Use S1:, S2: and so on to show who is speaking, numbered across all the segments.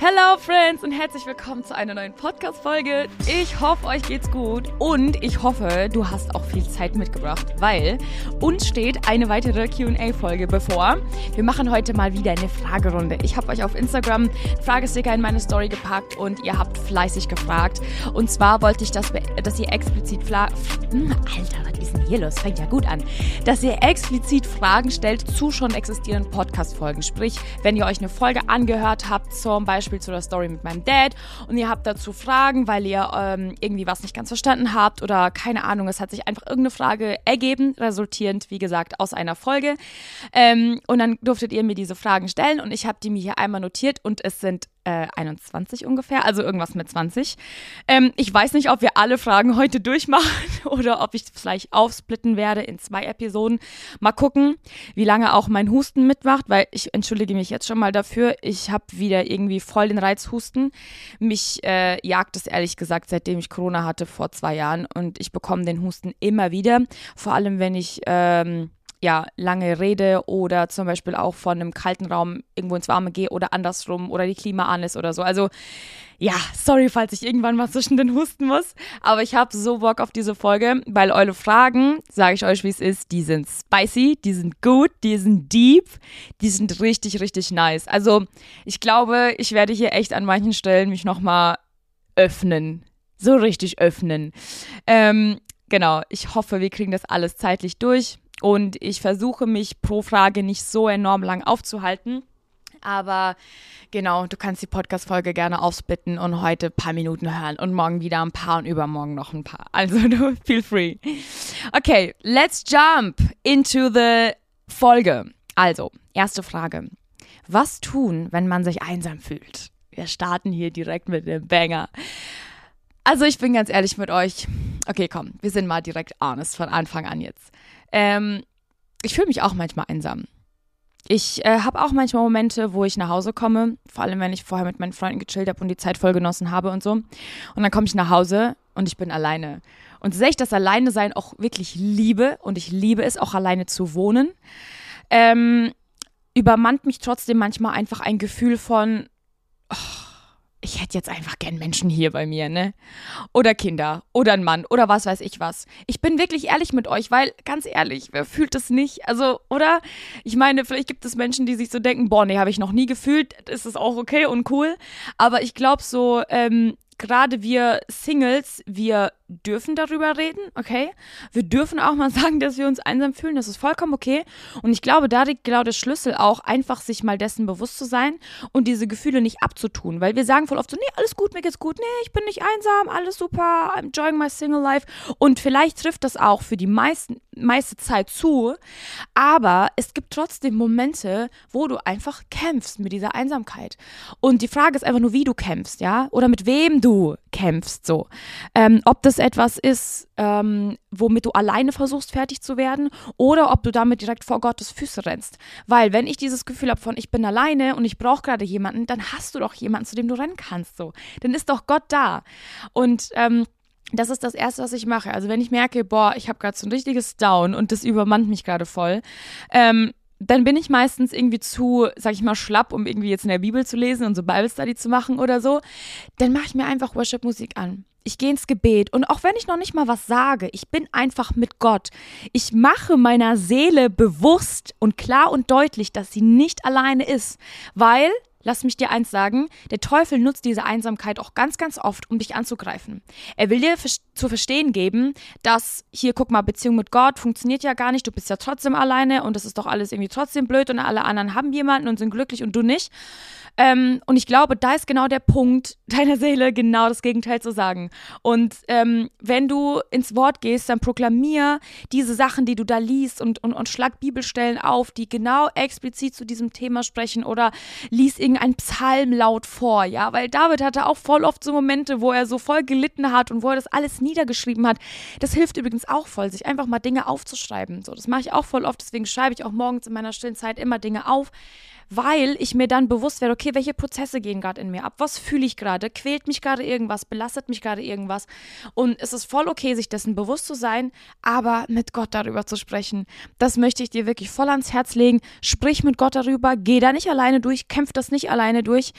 S1: Hello Friends und herzlich willkommen zu einer neuen Podcast-Folge. Ich hoffe, euch geht's gut und ich hoffe, du hast auch viel Zeit mitgebracht, weil uns steht eine weitere Q&A-Folge bevor. Wir machen heute mal wieder eine Fragerunde. Ich habe euch auf Instagram einen Fragesticker in meine Story gepackt und ihr habt fleißig gefragt. Und zwar wollte ich, dass ihr explizit Alter, was ist denn hier los? Fängt ja gut an. Dass ihr explizit Fragen stellt zu schon existierenden Podcast-Folgen. Sprich, wenn ihr euch eine Folge angehört habt, zum Beispiel zu der Story mit meinem Dad und ihr habt dazu Fragen, weil ihr irgendwie was nicht ganz verstanden habt oder keine Ahnung, es hat sich einfach irgendeine Frage ergeben, resultierend, wie gesagt, aus einer Folge. Und dann durftet ihr mir diese Fragen stellen und ich habe die mir hier einmal notiert und es sind 21 ungefähr, also irgendwas mit 20. Ich weiß nicht, ob wir alle Fragen heute durchmachen oder ob ich vielleicht aufsplitten werde in 2 Episoden. Mal gucken, wie lange auch mein Husten mitmacht, weil ich entschuldige mich jetzt schon mal dafür. Ich habe wieder irgendwie voll den Reizhusten. Mich jagt es ehrlich gesagt, seitdem ich Corona hatte vor 2 Jahren und ich bekomme den Husten immer wieder. Vor allem, wenn ich lange rede oder zum Beispiel auch von einem kalten Raum irgendwo ins Warme gehe oder andersrum oder die Klima an ist oder so. Also ja, sorry, falls ich irgendwann mal zwischendrin husten muss, aber ich habe so Bock auf diese Folge, weil eure Fragen, sage ich euch, wie es ist, die sind spicy, die sind gut, die sind deep, die sind richtig, richtig nice. Also ich glaube, ich werde hier echt an manchen Stellen mich nochmal öffnen, so richtig öffnen. Genau, ich hoffe, wir kriegen das alles zeitlich durch. Und ich versuche mich pro Frage nicht so enorm lang aufzuhalten. Aber genau, du kannst die Podcast-Folge gerne aufsplitten und heute ein paar Minuten hören und morgen wieder ein paar und übermorgen noch ein paar. Also feel free. Okay, let's jump into the Folge. Also, erste Frage. Was tun, wenn man sich einsam fühlt? Wir starten hier direkt mit dem Banger. Also ich bin ganz ehrlich mit euch. Okay, komm, wir sind mal direkt honest von Anfang an jetzt. Ich fühle mich auch manchmal einsam. Ich habe auch manchmal Momente, wo ich nach Hause komme, vor allem wenn ich vorher mit meinen Freunden gechillt habe und die Zeit voll genossen habe und so. Und dann komme ich nach Hause und ich bin alleine. Und so sehr ich das Alleine-Sein auch wirklich liebe und ich liebe es auch alleine zu wohnen, übermannt mich trotzdem manchmal einfach ein Gefühl von, ich hätte jetzt einfach gern Menschen hier bei mir, ne? Oder Kinder, oder ein Mann, oder was weiß ich was. Ich bin wirklich ehrlich mit euch, weil, ganz ehrlich, wer fühlt das nicht? Also, oder? Ich meine, vielleicht gibt es Menschen, die sich so denken, boah, nee, habe ich noch nie gefühlt, ist das auch okay und cool. Aber ich glaube so, gerade wir Singles, wir dürfen darüber reden, okay? Wir dürfen auch mal sagen, dass wir uns einsam fühlen, das ist vollkommen okay. Und ich glaube, da liegt genau der Schlüssel auch, einfach sich mal dessen bewusst zu sein und diese Gefühle nicht abzutun. Weil wir sagen voll oft so, nee, alles gut, mir geht's gut, nee, ich bin nicht einsam, alles super, I'm enjoying my single life. Und vielleicht trifft das auch für die meiste Zeit zu, aber es gibt trotzdem Momente, wo du einfach kämpfst mit dieser Einsamkeit. Und die Frage ist einfach nur, wie du kämpfst, ja? Oder mit wem du kämpfst, so. Ob das etwas ist, womit du alleine versuchst, fertig zu werden, oder ob du damit direkt vor Gottes Füße rennst. Weil, wenn ich dieses Gefühl habe von, ich bin alleine und ich brauche gerade jemanden, dann hast du doch jemanden, zu dem du rennen kannst, so. Dann ist doch Gott da. Und, das ist das Erste, was ich mache. Also wenn ich merke, boah, ich habe gerade so ein richtiges Down und das übermannt mich gerade voll, dann bin ich meistens irgendwie zu, sag ich mal, schlapp, um irgendwie jetzt in der Bibel zu lesen und so Bible Study zu machen oder so. Dann mache ich mir einfach Worship-Musik an. Ich gehe ins Gebet und auch wenn ich noch nicht mal was sage, ich bin einfach mit Gott. Ich mache meiner Seele bewusst und klar und deutlich, dass sie nicht alleine ist, weil, lass mich dir eins sagen, der Teufel nutzt diese Einsamkeit auch ganz, ganz oft, um dich anzugreifen. Er will dir zu verstehen geben, dass, hier, guck mal, Beziehung mit Gott funktioniert ja gar nicht, du bist ja trotzdem alleine und das ist doch alles irgendwie trotzdem blöd und alle anderen haben jemanden und sind glücklich und du nicht. Und ich glaube, da ist genau der Punkt, deiner Seele genau das Gegenteil zu sagen. Und wenn du ins Wort gehst, dann proklamier diese Sachen, die du da liest und schlag Bibelstellen auf, die genau explizit zu diesem Thema sprechen oder lies irgendeinen Psalm laut vor, ja, weil David hatte auch voll oft so Momente, wo er so voll gelitten hat und wo er das alles niedergeschrieben hat. Das hilft übrigens auch voll, sich einfach mal Dinge aufzuschreiben. So, das mache ich auch voll oft, deswegen schreibe ich auch morgens in meiner stillen Zeit immer Dinge auf, weil ich mir dann bewusst werde, okay, welche Prozesse gehen gerade in mir ab, was fühle ich gerade, quält mich gerade irgendwas, belastet mich gerade irgendwas und es ist voll okay, sich dessen bewusst zu sein, aber mit Gott darüber zu sprechen, das möchte ich dir wirklich voll ans Herz legen, sprich mit Gott darüber, geh da nicht alleine durch, kämpf das nicht alleine durch,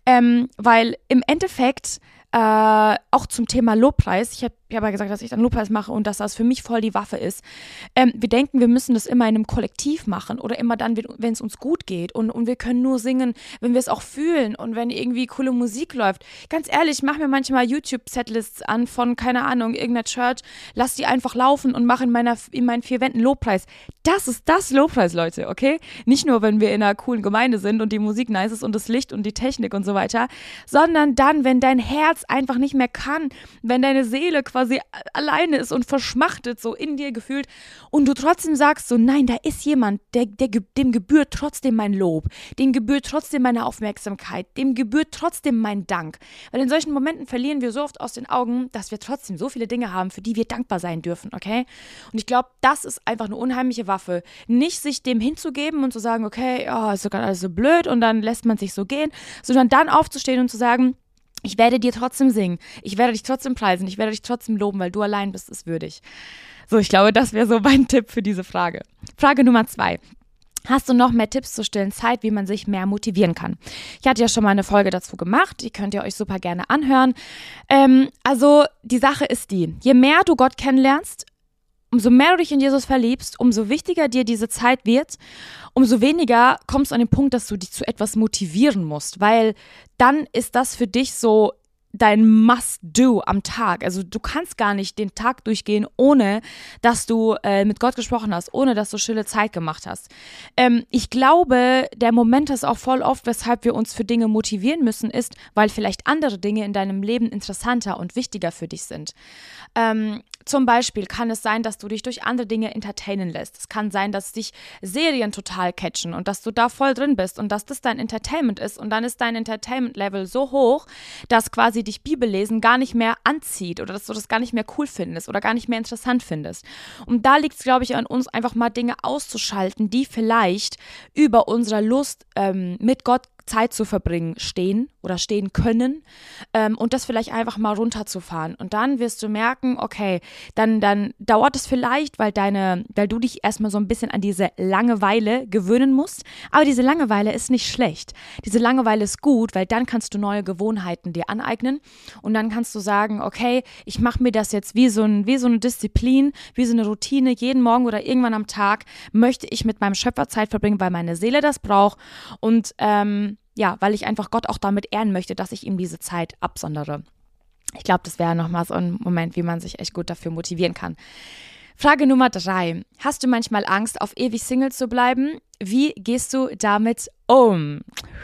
S1: weil im Endeffekt auch zum Thema Lobpreis, ich habe ja gesagt, dass ich dann Lobpreis mache und dass das für mich voll die Waffe ist. Wir denken, wir müssen das immer in einem Kollektiv machen oder immer dann, wenn es uns gut geht und wir können nur singen, wenn wir es auch fühlen und wenn irgendwie coole Musik läuft. Ganz ehrlich, ich mache mir manchmal YouTube-Setlists an von, keine Ahnung, irgendeiner Church, lass die einfach laufen und mache in meinen 4 Wänden Lobpreis. Das ist das Lobpreis, Leute, okay? Nicht nur, wenn wir in einer coolen Gemeinde sind und die Musik nice ist und das Licht und die Technik und so weiter, sondern dann, wenn dein Herz einfach nicht mehr kann, wenn deine Seele quasi alleine ist und verschmachtet, so in dir gefühlt und du trotzdem sagst so, nein, da ist jemand, dem gebührt trotzdem mein Lob, dem gebührt trotzdem meine Aufmerksamkeit, dem gebührt trotzdem mein Dank. Weil in solchen Momenten verlieren wir so oft aus den Augen, dass wir trotzdem so viele Dinge haben, für die wir dankbar sein dürfen, okay? Und ich glaube, das ist einfach eine unheimliche Waffe. Nicht sich dem hinzugeben und zu sagen, okay, oh, ist doch gerade alles so blöd und dann lässt man sich so gehen, sondern dann aufzustehen und zu sagen, ich werde dir trotzdem singen, ich werde dich trotzdem preisen, ich werde dich trotzdem loben, weil du allein bist es würdig. So, ich glaube, das wäre so mein Tipp für diese Frage. Frage Nummer 2. Hast du noch mehr Tipps zur stillen Zeit, wie man sich mehr motivieren kann? Ich hatte ja schon mal eine Folge dazu gemacht, die könnt ihr euch super gerne anhören. Also die Sache ist die, je mehr du Gott kennenlernst, umso mehr du dich in Jesus verliebst, umso wichtiger dir diese Zeit wird, umso weniger kommst du an den Punkt, dass du dich zu etwas motivieren musst, weil dann ist das für dich so dein Must-Do am Tag. Also du kannst gar nicht den Tag durchgehen, ohne dass du mit Gott gesprochen hast, ohne dass du stille Zeit gemacht hast. Ich glaube, der Moment ist auch voll oft, weshalb wir uns für Dinge motivieren müssen, ist, weil vielleicht andere Dinge in deinem Leben interessanter und wichtiger für dich sind. Zum Beispiel kann es sein, dass du dich durch andere Dinge entertainen lässt. Es kann sein, dass dich Serien total catchen und dass du da voll drin bist und dass das dein Entertainment ist und dann ist dein Entertainment-Level so hoch, dass quasi dich Bibellesen gar nicht mehr anzieht oder dass du das gar nicht mehr cool findest oder gar nicht mehr interessant findest. Und da liegt es, glaube ich, an uns, einfach mal Dinge auszuschalten, die vielleicht über unserer Lust mit Gott Zeit zu verbringen stehen können und das vielleicht einfach mal runterzufahren. Und dann wirst du merken, okay, dann dauert es vielleicht, weil du dich erstmal so ein bisschen an diese Langeweile gewöhnen musst. Aber diese Langeweile ist nicht schlecht. Diese Langeweile ist gut, weil dann kannst du neue Gewohnheiten dir aneignen und dann kannst du sagen, okay, ich mache mir das jetzt wie so eine Disziplin, wie so eine Routine. Jeden Morgen oder irgendwann am Tag möchte ich mit meinem Schöpfer Zeit verbringen, weil meine Seele das braucht und weil ich einfach Gott auch damit ehren möchte, dass ich ihm diese Zeit absondere. Ich glaube, das wäre nochmal so ein Moment, wie man sich echt gut dafür motivieren kann. Frage Nummer 3. Hast du manchmal Angst, auf ewig Single zu bleiben? Wie gehst du damit um?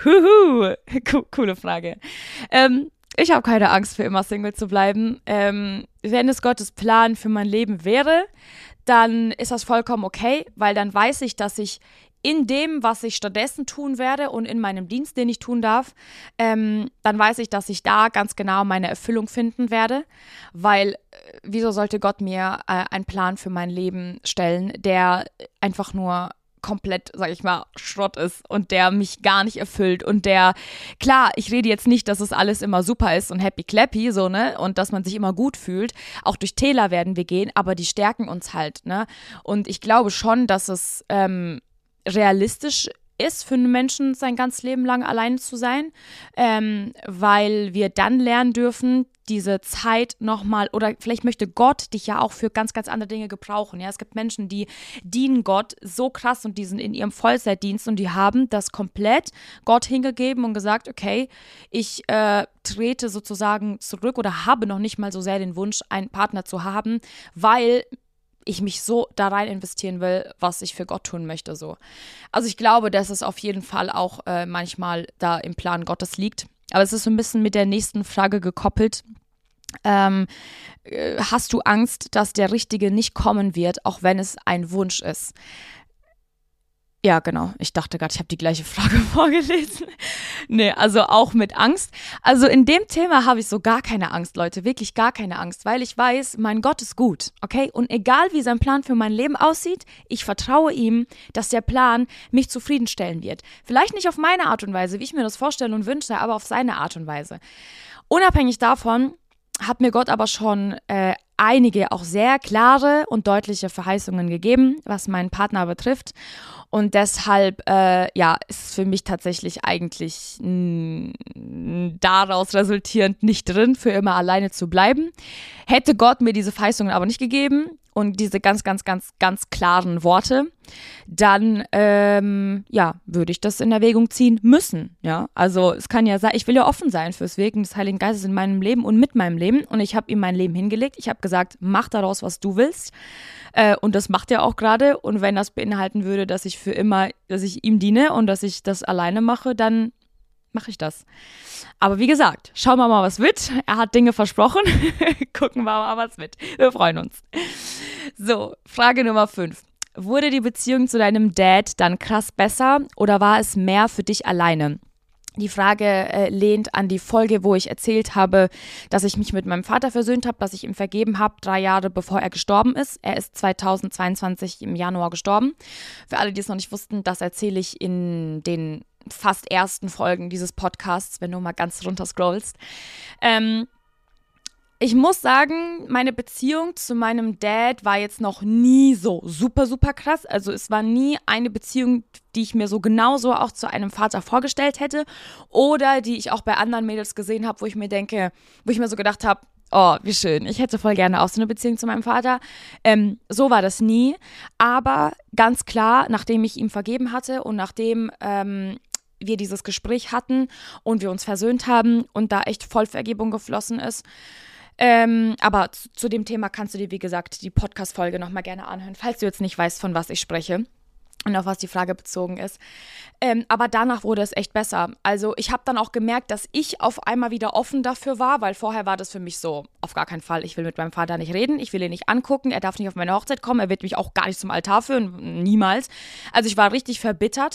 S1: Coole Frage. Ich habe keine Angst, für immer Single zu bleiben. Wenn es Gottes Plan für mein Leben wäre, dann ist das vollkommen okay, weil dann weiß ich, dass ich in dem, was ich stattdessen tun werde und in meinem Dienst, den ich tun darf, dann weiß ich, dass ich da ganz genau meine Erfüllung finden werde, weil wieso sollte Gott mir einen Plan für mein Leben stellen, der einfach nur komplett, sag ich mal, Schrott ist und der mich gar nicht erfüllt und der, klar, ich rede jetzt nicht, dass es alles immer super ist und happy clappy, so, ne, und dass man sich immer gut fühlt, auch durch Täler werden wir gehen, aber die stärken uns halt, ne, und ich glaube schon, dass es realistisch ist für einen Menschen, sein ganzes Leben lang alleine zu sein, weil wir dann lernen dürfen, diese Zeit nochmal, oder vielleicht möchte Gott dich ja auch für ganz, ganz andere Dinge gebrauchen. Ja, es gibt Menschen, die dienen Gott so krass und die sind in ihrem Vollzeitdienst und die haben das komplett Gott hingegeben und gesagt, okay, ich trete sozusagen zurück oder habe noch nicht mal so sehr den Wunsch, einen Partner zu haben, weil ich mich so da rein investieren will, was ich für Gott tun möchte. So. Also ich glaube, dass es auf jeden Fall auch manchmal da im Plan Gottes liegt. Aber es ist so ein bisschen mit der nächsten Frage gekoppelt. Hast du Angst, dass der Richtige nicht kommen wird, auch wenn es ein Wunsch ist? Ja, genau. Ich dachte gerade, ich habe die gleiche Frage vorgelesen. Nee, also auch mit Angst. Also in dem Thema habe ich so gar keine Angst, Leute. Wirklich gar keine Angst, weil ich weiß, mein Gott ist gut, okay? Und egal, wie sein Plan für mein Leben aussieht, ich vertraue ihm, dass der Plan mich zufriedenstellen wird. Vielleicht nicht auf meine Art und Weise, wie ich mir das vorstelle und wünsche, aber auf seine Art und Weise. Unabhängig davon hat mir Gott aber schon einige auch sehr klare und deutliche Verheißungen gegeben, was meinen Partner betrifft. Und deshalb, ist für mich tatsächlich eigentlich daraus resultierend nicht drin, für immer alleine zu bleiben. Hätte Gott mir diese Verheißungen aber nicht gegeben und diese ganz, ganz, ganz, ganz klaren Worte, dann, würde ich das in Erwägung ziehen müssen, ja. Also es kann ja sein, ich will ja offen sein fürs Wirken des Heiligen Geistes in meinem Leben und mit meinem Leben und ich habe ihm mein Leben hingelegt. Ich habe gesagt, mach daraus, was du willst. Und das macht er auch gerade. Und wenn das beinhalten würde, dass ich ihm diene und dass ich das alleine mache, dann mache ich das. Aber wie gesagt, schauen wir mal, was wird. Er hat Dinge versprochen. Gucken wir mal, was wird. Wir freuen uns. So, Frage Nummer 5. Wurde die Beziehung zu deinem Dad dann krass besser oder war es mehr für dich alleine? Die Frage lehnt an die Folge, wo ich erzählt habe, dass ich mich mit meinem Vater versöhnt habe, dass ich ihm vergeben habe, 3 Jahre bevor er gestorben ist. Er ist 2022 im Januar gestorben. Für alle, die es noch nicht wussten, das erzähle ich in den fast ersten Folgen dieses Podcasts, wenn du mal ganz runter scrollst. Ich muss sagen, meine Beziehung zu meinem Dad war jetzt noch nie so super, super krass. Also es war nie eine Beziehung, die ich mir so genauso auch zu einem Vater vorgestellt hätte oder die ich auch bei anderen Mädels gesehen habe, wo ich mir so gedacht habe, oh, wie schön, ich hätte voll gerne auch so eine Beziehung zu meinem Vater. So war das nie. Aber ganz klar, nachdem ich ihm vergeben hatte und nachdem wir dieses Gespräch hatten und wir uns versöhnt haben und da echt voll Vergebung geflossen ist, aber zu dem Thema kannst du dir, wie gesagt, die Podcast-Folge nochmal gerne anhören, falls du jetzt nicht weißt, von was ich spreche und auf was die Frage bezogen ist. Aber danach wurde es echt besser. Also ich habe dann auch gemerkt, dass ich auf einmal wieder offen dafür war, weil vorher war das für mich so, auf gar keinen Fall, ich will mit meinem Vater nicht reden, ich will ihn nicht angucken, er darf nicht auf meine Hochzeit kommen, er wird mich auch gar nicht zum Altar führen, niemals. Also ich war richtig verbittert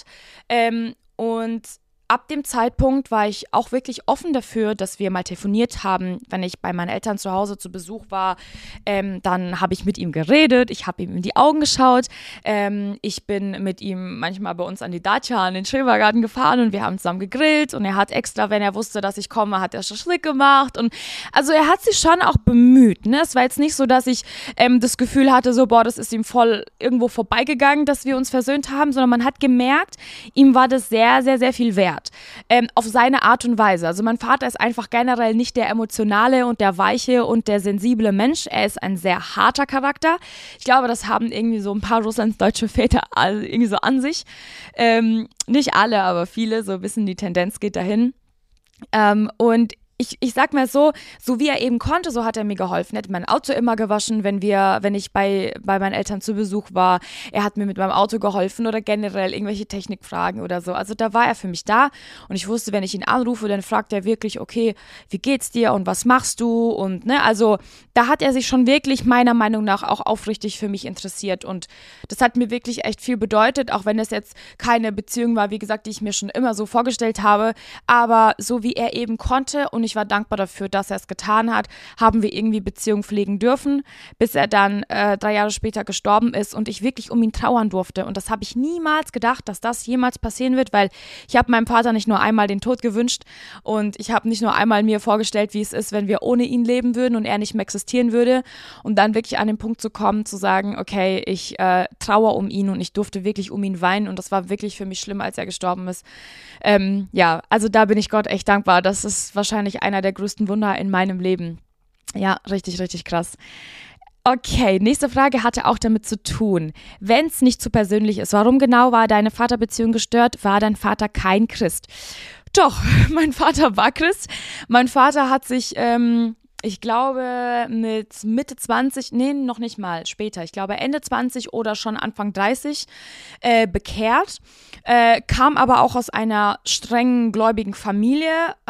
S1: und ab dem Zeitpunkt war ich auch wirklich offen dafür, dass wir mal telefoniert haben. Wenn ich bei meinen Eltern zu Hause zu Besuch war, dann habe ich mit ihm geredet, ich habe ihm in die Augen geschaut. Ich bin mit ihm manchmal bei uns an die Dacia, an den Schrebergarten gefahren und wir haben zusammen gegrillt und er hat extra, wenn er wusste, dass ich komme, hat er Schaschlik gemacht und also er hat sich schon auch bemüht, ne? Es war jetzt nicht so, dass ich das Gefühl hatte, so boah, das ist ihm voll irgendwo vorbeigegangen, dass wir uns versöhnt haben, sondern man hat gemerkt, ihm war das sehr, sehr, sehr viel wert. Auf seine Art und Weise. Also mein Vater ist einfach generell nicht der emotionale und der weiche und der sensible Mensch. Er ist ein sehr harter Charakter. Ich glaube, das haben irgendwie so ein paar russlandsdeutsche Väter irgendwie so an sich. Nicht alle, aber viele. So ein bisschen die Tendenz geht dahin. Und ich sag mal so wie er eben konnte, so hat er mir geholfen. Er hat mein Auto immer gewaschen, wenn ich bei meinen Eltern zu Besuch war. Er hat mir mit meinem Auto geholfen oder generell irgendwelche Technikfragen oder so. Also da war er für mich da und ich wusste, wenn ich ihn anrufe, dann fragt er wirklich, okay, wie geht's dir und was machst du? Und ne, also da hat er sich schon wirklich meiner Meinung nach auch aufrichtig für mich interessiert und das hat mir wirklich echt viel bedeutet, auch wenn es jetzt keine Beziehung war, wie gesagt, die ich mir schon immer so vorgestellt habe, aber so wie er eben konnte und ich war dankbar dafür, dass er es getan hat, haben wir irgendwie Beziehung pflegen dürfen, bis er dann 3 Jahre später gestorben ist und ich wirklich um ihn trauern durfte. Und das habe ich niemals gedacht, dass das jemals passieren wird, weil ich habe meinem Vater nicht nur einmal den Tod gewünscht und ich habe nicht nur einmal mir vorgestellt, wie es ist, wenn wir ohne ihn leben würden und er nicht mehr existieren würde. Und dann wirklich an den Punkt zu kommen, zu sagen, okay, ich trauere um ihn und ich durfte wirklich um ihn weinen und das war wirklich für mich schlimm, als er gestorben ist. Also da bin ich Gott echt dankbar. Das ist wahrscheinlich einer der größten Wunder in meinem Leben. Ja, richtig, richtig krass. Okay, nächste Frage hatte auch damit zu tun. Wenn es nicht zu persönlich ist, warum genau war deine Vaterbeziehung gestört? War dein Vater kein Christ? Doch, mein Vater war Christ. Mein Vater hat sich, ich glaube, mit Mitte 20, nee, noch nicht mal, später, ich glaube Ende 20 oder schon Anfang 30 bekehrt, kam aber auch aus einer strengen gläubigen Familie,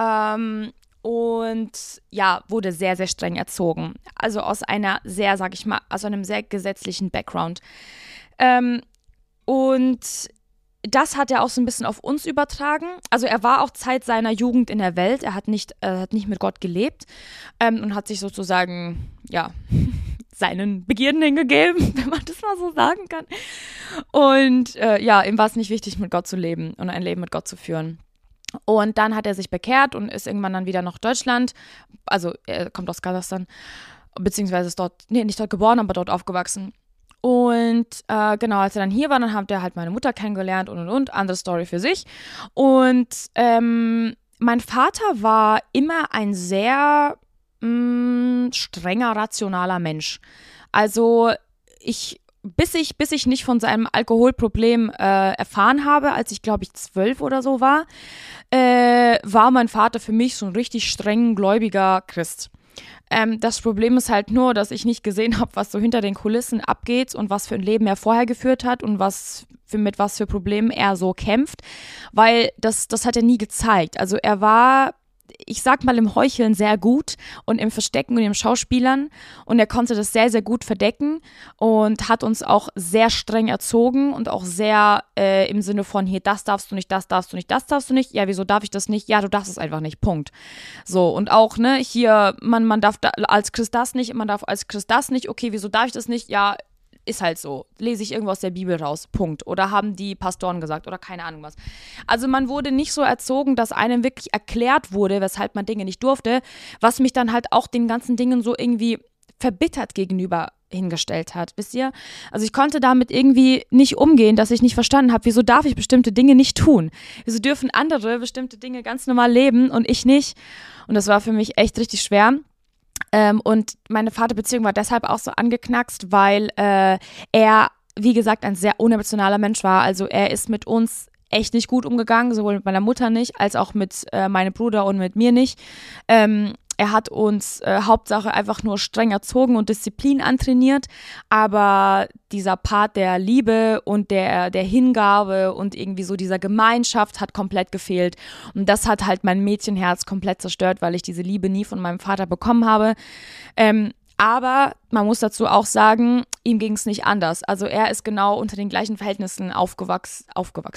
S1: und ja, wurde sehr, sehr streng erzogen. Also aus einer sehr, aus einem sehr gesetzlichen Background. Und das hat er auch so ein bisschen auf uns übertragen. Also er war auch Zeit seiner Jugend in der Welt. Er hat nicht mit Gott gelebt und hat sich sozusagen, ja, seinen Begierden hingegeben, wenn man das mal so sagen kann. Und ja, ihm war es nicht wichtig, mit Gott zu leben und ein Leben mit Gott zu führen. Und dann hat er sich bekehrt und ist irgendwann dann wieder nach Deutschland. Also er kommt aus Kasachstan, beziehungsweise ist dort, nicht dort geboren, aber dort aufgewachsen. Und genau, als er dann hier war, dann hat er halt meine Mutter kennengelernt und, andere Story für sich. Und mein Vater war immer ein sehr strenger, rationaler Mensch. Also bis ich nicht von seinem Alkoholproblem erfahren habe, als ich, glaube ich, 12 oder so war mein Vater für mich so ein richtig streng gläubiger Christ. Das Problem ist halt nur, dass ich nicht gesehen habe, was so hinter den Kulissen abgeht und was für ein Leben er vorher geführt hat und mit was für Problemen er so kämpft, weil das hat er nie gezeigt. Also er war, ich sag mal, im Heucheln sehr gut und im Verstecken und im Schauspielern, und er konnte das sehr, sehr gut verdecken und hat uns auch sehr streng erzogen und auch sehr im Sinne von, hier, das darfst du nicht, das darfst du nicht, das darfst du nicht. Ja, wieso darf ich das nicht? Ja, du darfst es einfach nicht, Punkt. So, und auch, ne, hier, man darf als Christ das nicht, man darf als Christ das nicht. Okay, wieso darf ich das nicht? Ja, ist halt so. Lese ich irgendwo aus der Bibel raus. Punkt. Oder haben die Pastoren gesagt oder keine Ahnung was. Also man wurde nicht so erzogen, dass einem wirklich erklärt wurde, weshalb man Dinge nicht durfte, was mich dann halt auch den ganzen Dingen so irgendwie verbittert gegenüber hingestellt hat, wisst ihr? Also ich konnte damit irgendwie nicht umgehen, dass ich nicht verstanden habe, wieso darf ich bestimmte Dinge nicht tun? Wieso dürfen andere bestimmte Dinge ganz normal leben und ich nicht? Und das war für mich echt richtig schwer. Und meine Vaterbeziehung war deshalb auch so angeknackst, weil er, wie gesagt, ein sehr unemotionaler Mensch war. Also er ist mit uns echt nicht gut umgegangen, sowohl mit meiner Mutter nicht, als auch mit meinem Bruder und mit mir nicht. Er hat uns Hauptsache einfach nur streng erzogen und Disziplin antrainiert, aber dieser Part der Liebe und der Hingabe und irgendwie so dieser Gemeinschaft hat komplett gefehlt. Und das hat halt mein Mädchenherz komplett zerstört, weil ich diese Liebe nie von meinem Vater bekommen habe. Aber man muss dazu auch sagen, ihm ging es nicht anders. Also er ist genau unter den gleichen Verhältnissen aufgewachsen,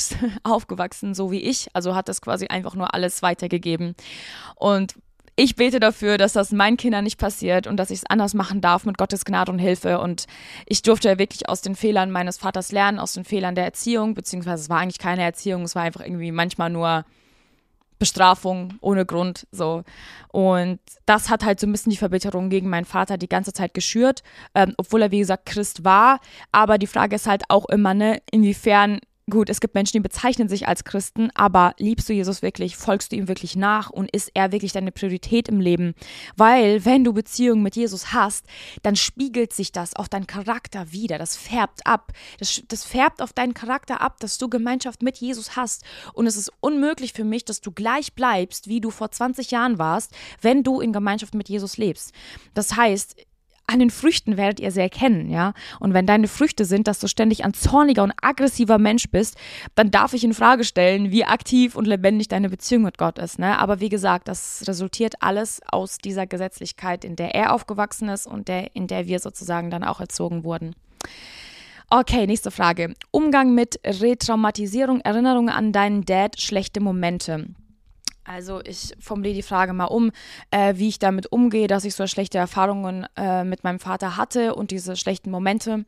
S1: so wie ich. Also hat das quasi einfach nur alles weitergegeben. Und ich bete dafür, dass das meinen Kindern nicht passiert und dass ich es anders machen darf mit Gottes Gnade und Hilfe. Und ich durfte ja wirklich aus den Fehlern meines Vaters lernen, aus den Fehlern der Erziehung, beziehungsweise es war eigentlich keine Erziehung, es war einfach irgendwie manchmal nur Bestrafung ohne Grund, so. Und das hat halt so ein bisschen die Verbitterung gegen meinen Vater die ganze Zeit geschürt, obwohl er, wie gesagt, Christ war. Aber die Frage ist halt auch immer, ne, inwiefern. Gut, es gibt Menschen, die bezeichnen sich als Christen, aber liebst du Jesus wirklich? Folgst du ihm wirklich nach? Und ist er wirklich deine Priorität im Leben? Weil, wenn du Beziehungen mit Jesus hast, dann spiegelt sich das auf deinen Charakter wieder. Das färbt ab. Das färbt auf deinen Charakter ab, dass du Gemeinschaft mit Jesus hast. Und es ist unmöglich für mich, dass du gleich bleibst, wie du vor 20 Jahren warst, wenn du in Gemeinschaft mit Jesus lebst. Das heißt, an den Früchten werdet ihr sie erkennen, ja. Und wenn deine Früchte sind, dass du ständig ein zorniger und aggressiver Mensch bist, dann darf ich in Frage stellen, wie aktiv und lebendig deine Beziehung mit Gott ist, ne? Aber wie gesagt, das resultiert alles aus dieser Gesetzlichkeit, in der er aufgewachsen ist und in der wir sozusagen dann auch erzogen wurden. Okay, nächste Frage. Umgang mit Retraumatisierung, Erinnerungen an deinen Dad, schlechte Momente. Also ich formuliere die Frage mal um, wie ich damit umgehe, dass ich so schlechte Erfahrungen mit meinem Vater hatte und diese schlechten Momente.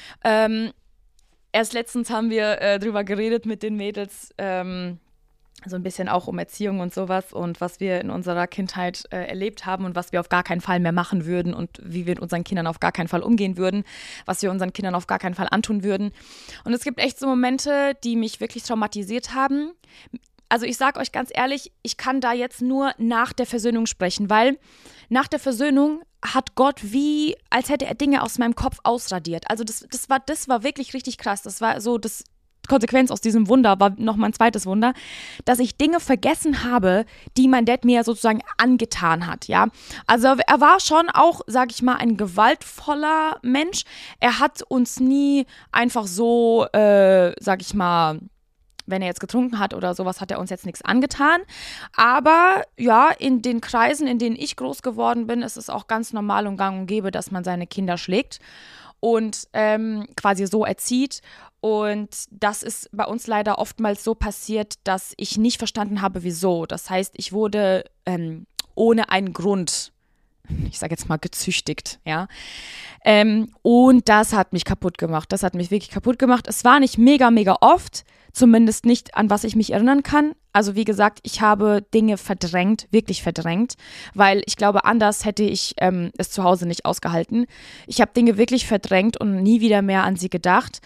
S1: Erst letztens haben wir drüber geredet mit den Mädels, so ein bisschen auch um Erziehung und sowas und was wir in unserer Kindheit erlebt haben und was wir auf gar keinen Fall mehr machen würden und wie wir mit unseren Kindern auf gar keinen Fall umgehen würden, was wir unseren Kindern auf gar keinen Fall antun würden. Und es gibt echt so Momente, die mich wirklich traumatisiert haben. Also ich sage euch ganz ehrlich, ich kann da jetzt nur nach der Versöhnung sprechen, weil nach der Versöhnung hat Gott wie, als hätte er Dinge aus meinem Kopf ausradiert. Also das war wirklich richtig krass. Das war so das Konsequenz aus diesem Wunder, war noch mein zweites Wunder, dass ich Dinge vergessen habe, die mein Dad mir sozusagen angetan hat, ja. Also er war schon auch, sag ich mal, ein gewaltvoller Mensch. Er hat uns nie einfach so, sag ich mal, wenn er jetzt getrunken hat oder sowas, hat er uns jetzt nichts angetan. Aber ja, in den Kreisen, in denen ich groß geworden bin, ist es auch ganz normal und gang und gäbe, dass man seine Kinder schlägt. und quasi so erzieht. Und das ist bei uns leider oftmals so passiert, dass ich nicht verstanden habe, wieso. Das heißt, ich wurde ohne einen Grund, ich sage jetzt mal, gezüchtigt, ja. Und das hat mich kaputt gemacht. Das hat mich wirklich kaputt gemacht. Es war nicht mega, mega oft, zumindest nicht, an was ich mich erinnern kann. Also wie gesagt, ich habe Dinge verdrängt, wirklich verdrängt, weil ich glaube, anders hätte ich es zu Hause nicht ausgehalten. Ich habe Dinge wirklich verdrängt und nie wieder mehr an sie gedacht.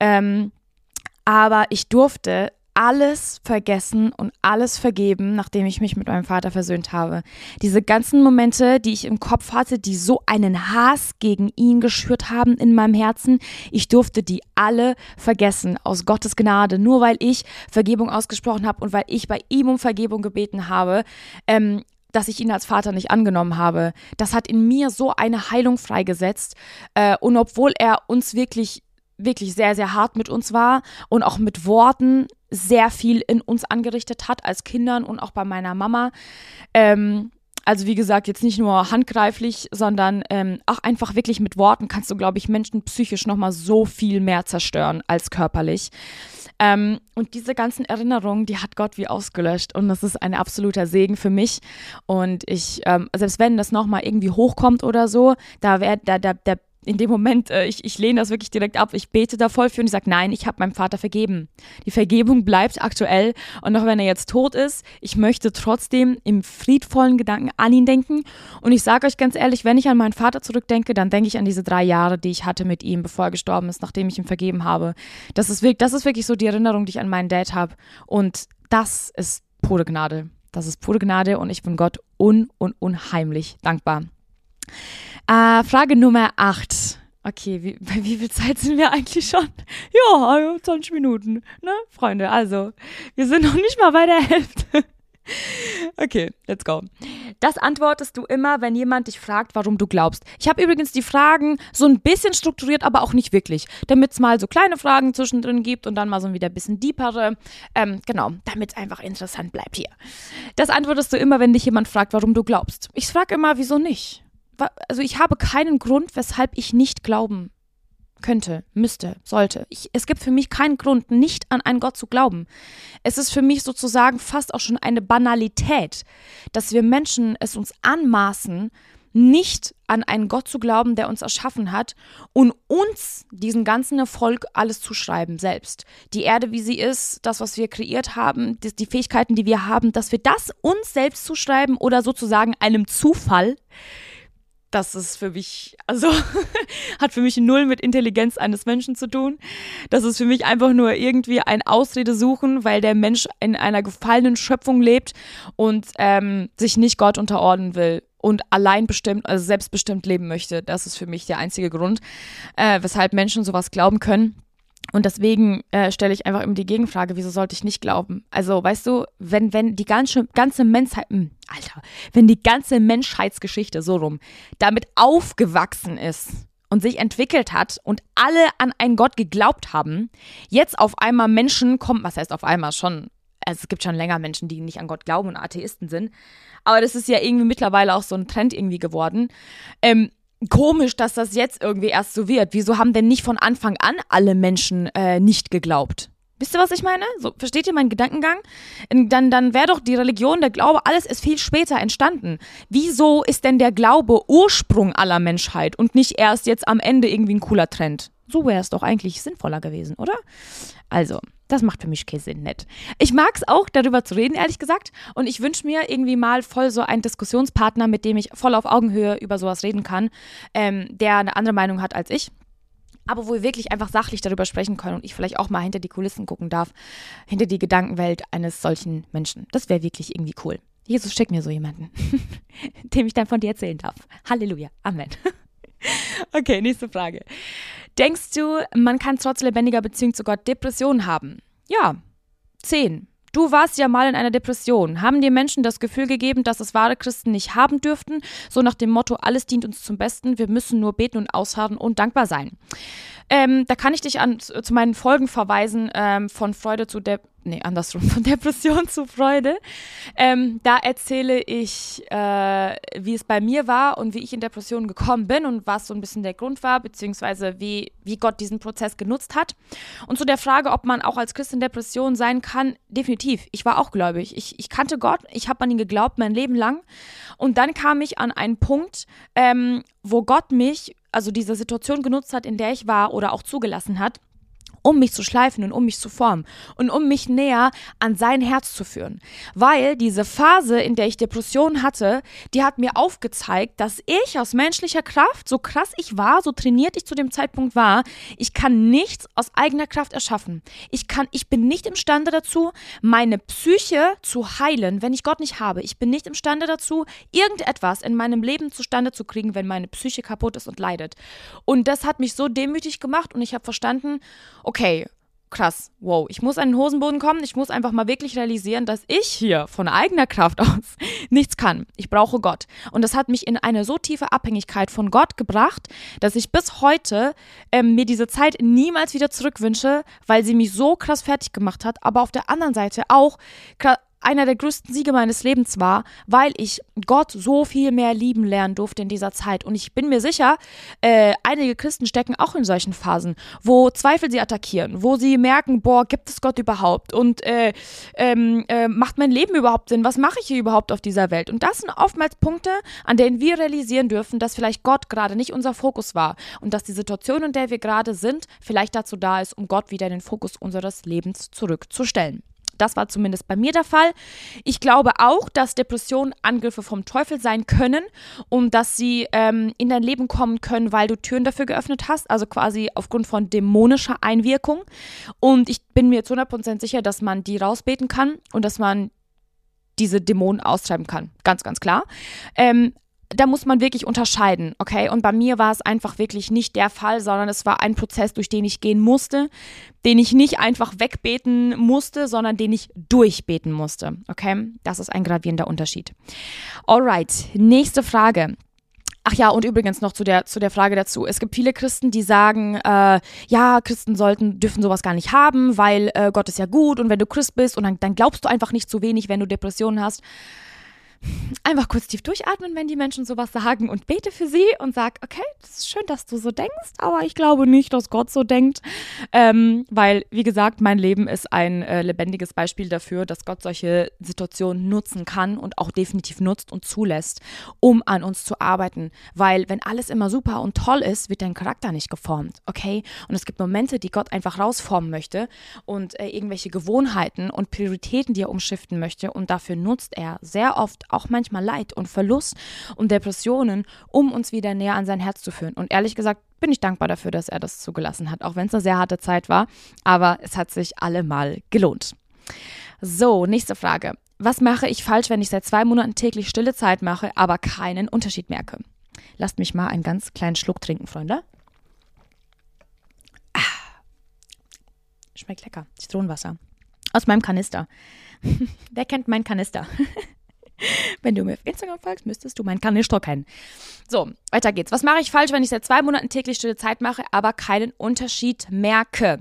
S1: Aber ich durfte alles vergessen und alles vergeben, nachdem ich mich mit meinem Vater versöhnt habe. Diese ganzen Momente, die ich im Kopf hatte, die so einen Hass gegen ihn geschürt haben in meinem Herzen, ich durfte die alle vergessen, aus Gottes Gnade, nur weil ich Vergebung ausgesprochen habe und weil ich bei ihm um Vergebung gebeten habe, dass ich ihn als Vater nicht angenommen habe. Das hat in mir so eine Heilung freigesetzt. Und obwohl er uns wirklich sehr, sehr hart mit uns war und auch mit Worten sehr viel in uns angerichtet hat als Kindern und auch bei meiner Mama. Also wie gesagt, jetzt nicht nur handgreiflich, sondern auch einfach wirklich mit Worten kannst du, glaube ich, Menschen psychisch nochmal so viel mehr zerstören als körperlich. Und diese ganzen Erinnerungen, die hat Gott wie ausgelöscht und das ist ein absoluter Segen für mich. Und ich, selbst wenn das nochmal irgendwie hochkommt oder so, in dem Moment, ich lehne das wirklich direkt ab, ich bete da voll für und ich sage, nein, ich habe meinem Vater vergeben. Die Vergebung bleibt aktuell und auch wenn er jetzt tot ist, ich möchte trotzdem im friedvollen Gedanken an ihn denken und ich sage euch ganz ehrlich, wenn ich an meinen Vater zurückdenke, dann denke ich an diese 3 Jahre, die ich hatte mit ihm, bevor er gestorben ist, nachdem ich ihm vergeben habe. Das ist wirklich so die Erinnerung, die ich an meinen Dad habe und das ist pure Gnade. Das ist pure Gnade und ich bin Gott unheimlich dankbar. Frage Nummer 8. Okay, bei wie viel Zeit sind wir eigentlich schon? Ja, 20 Minuten, ne, Freunde? Also, wir sind noch nicht mal bei der Hälfte. Okay, let's go. Das antwortest du immer, wenn jemand dich fragt, warum du glaubst. Ich habe übrigens die Fragen so ein bisschen strukturiert, aber auch nicht wirklich. Damit es mal so kleine Fragen zwischendrin gibt und dann mal so wieder ein bisschen deepere. Genau, damit es einfach interessant bleibt hier. Das antwortest du immer, wenn dich jemand fragt, warum du glaubst. Ich frage immer, wieso nicht? Also ich habe keinen Grund, weshalb ich nicht glauben könnte, müsste, sollte. Es gibt für mich keinen Grund, nicht an einen Gott zu glauben. Es ist für mich sozusagen fast auch schon eine Banalität, dass wir Menschen es uns anmaßen, nicht an einen Gott zu glauben, der uns erschaffen hat und uns diesen ganzen Erfolg alles zuschreiben selbst. Die Erde, wie sie ist, das, was wir kreiert haben, die Fähigkeiten, die wir haben, dass wir das uns selbst zuschreiben oder sozusagen einem Zufall. Das ist für mich, also hat für mich null mit Intelligenz eines Menschen zu tun. Das ist für mich einfach nur irgendwie ein Ausrede suchen, weil der Mensch in einer gefallenen Schöpfung lebt und sich nicht Gott unterordnen will und allein bestimmt, also selbstbestimmt leben möchte. Das ist für mich der einzige Grund, weshalb Menschen sowas glauben können. Und deswegen stelle ich einfach immer die Gegenfrage, wieso sollte ich nicht glauben? Also, weißt du, wenn die ganze Menschheit, wenn die ganze Menschheitsgeschichte so rum damit aufgewachsen ist und sich entwickelt hat und alle an einen Gott geglaubt haben, jetzt auf einmal Menschen kommen, was heißt auf einmal schon, also es gibt schon länger Menschen, die nicht an Gott glauben und Atheisten sind, aber das ist ja irgendwie mittlerweile auch so ein Trend irgendwie geworden, komisch, dass das jetzt irgendwie erst so wird. Wieso haben denn nicht von Anfang an alle Menschen nicht geglaubt? Wisst ihr, was ich meine? So, versteht ihr meinen Gedankengang? Dann wäre doch die Religion, der Glaube, alles ist viel später entstanden. Wieso ist denn der Glaube Ursprung aller Menschheit und nicht erst jetzt am Ende irgendwie ein cooler Trend? So wäre es doch eigentlich sinnvoller gewesen, oder? Also, das macht für mich keinen Sinn, nicht. Ich mag es auch, darüber zu reden, ehrlich gesagt. Und ich wünsche mir irgendwie mal voll so einen Diskussionspartner, mit dem ich voll auf Augenhöhe über sowas reden kann, der eine andere Meinung hat als ich. Aber wo wir wirklich einfach sachlich darüber sprechen können und ich vielleicht auch mal hinter die Kulissen gucken darf, hinter die Gedankenwelt eines solchen Menschen. Das wäre wirklich irgendwie cool. Jesus, schick mir so jemanden, dem ich dann von dir erzählen darf. Halleluja. Amen. Okay, nächste Frage. Denkst du, man kann trotz lebendiger Beziehung zu Gott Depressionen haben? Ja, 10. Du warst ja mal in einer Depression. Haben dir Menschen das Gefühl gegeben, dass es wahre Christen nicht haben dürften? So nach dem Motto, alles dient uns zum Besten, wir müssen nur beten und ausharren und dankbar sein. Da kann ich dich zu meinen Folgen verweisen, von Freude zu von Depression zu Freude. Da erzähle ich, wie es bei mir war und wie ich in Depressionen gekommen bin und was so ein bisschen der Grund war, beziehungsweise wie Gott diesen Prozess genutzt hat. Und zu der Frage, ob man auch als Christ in Depression sein kann, definitiv. Ich war auch gläubig. Ich kannte Gott, ich habe an ihn geglaubt mein Leben lang. Und dann kam ich an einen Punkt, wo Gott mich, also diese Situation genutzt hat, in der ich war oder auch zugelassen hat, um mich zu schleifen und um mich zu formen und um mich näher an sein Herz zu führen. Weil diese Phase, in der ich Depressionen hatte, die hat mir aufgezeigt, dass ich aus menschlicher Kraft, so krass ich war, so trainiert ich zu dem Zeitpunkt war, ich kann nichts aus eigener Kraft erschaffen. Ich bin nicht imstande dazu, meine Psyche zu heilen, wenn ich Gott nicht habe. Ich bin nicht imstande dazu, irgendetwas in meinem Leben zustande zu kriegen, wenn meine Psyche kaputt ist und leidet. Und das hat mich so demütig gemacht und ich habe verstanden, okay, krass, wow, ich muss an den Hosenboden kommen, ich muss einfach mal wirklich realisieren, dass ich hier von eigener Kraft aus nichts kann. Ich brauche Gott. Und das hat mich in eine so tiefe Abhängigkeit von Gott gebracht, dass ich bis heute mir diese Zeit niemals wieder zurückwünsche, weil sie mich so krass fertig gemacht hat, aber auf der anderen Seite auch einer der größten Siege meines Lebens war, weil ich Gott so viel mehr lieben lernen durfte in dieser Zeit. Und ich bin mir sicher, einige Christen stecken auch in solchen Phasen, wo Zweifel sie attackieren, wo sie merken, boah, gibt es Gott überhaupt? Und macht mein Leben überhaupt Sinn? Was mache ich hier überhaupt auf dieser Welt? Und das sind oftmals Punkte, an denen wir realisieren dürfen, dass vielleicht Gott gerade nicht unser Fokus war und dass die Situation, in der wir gerade sind, vielleicht dazu da ist, um Gott wieder in den Fokus unseres Lebens zurückzustellen. Das war zumindest bei mir der Fall. Ich glaube auch, dass Depressionen Angriffe vom Teufel sein können und dass sie in dein Leben kommen können, weil du Türen dafür geöffnet hast, also quasi aufgrund von dämonischer Einwirkung. Und ich bin mir zu 100% sicher, dass man die rausbeten kann und dass man diese Dämonen austreiben kann. Ganz, ganz klar. Da muss man wirklich unterscheiden, okay? Und bei mir war es einfach wirklich nicht der Fall, sondern es war ein Prozess, durch den ich gehen musste, den ich nicht einfach wegbeten musste, sondern den ich durchbeten musste, okay? Das ist ein gravierender Unterschied. Alright, nächste Frage. Ach ja, und übrigens noch zu der Frage dazu. Es gibt viele Christen, die sagen, ja, Christen dürfen sowas gar nicht haben, weil Gott ist ja gut und wenn du Christ bist und dann glaubst du einfach nicht zu wenig, wenn du Depressionen hast. Einfach kurz tief durchatmen, wenn die Menschen sowas sagen und bete für sie und sag, okay, das ist schön, dass du so denkst, aber ich glaube nicht, dass Gott so denkt, weil, wie gesagt, mein Leben ist ein lebendiges Beispiel dafür, dass Gott solche Situationen nutzen kann und auch definitiv nutzt und zulässt, um an uns zu arbeiten, weil wenn alles immer super und toll ist, wird dein Charakter nicht geformt, okay? Und es gibt Momente, die Gott einfach rausformen möchte und irgendwelche Gewohnheiten und Prioritäten, die er umschiften möchte und dafür nutzt er sehr oft auch manchmal Leid und Verlust und Depressionen, um uns wieder näher an sein Herz zu führen. Und ehrlich gesagt bin ich dankbar dafür, dass er das zugelassen hat, auch wenn es eine sehr harte Zeit war, aber es hat sich allemal gelohnt. So, nächste Frage. Was mache ich falsch, wenn ich seit 2 Monaten täglich stille Zeit mache, aber keinen Unterschied merke? Lasst mich mal einen ganz kleinen Schluck trinken, Freunde. Schmeckt lecker. Zitronenwasser. Aus meinem Kanister. Wer kennt meinen Kanister? Wenn du mir auf Instagram folgst, müsstest du meinen Kanister kennen. So, weiter geht's. Was mache ich falsch, wenn ich seit 2 Monaten täglich stille Zeit mache, aber keinen Unterschied merke?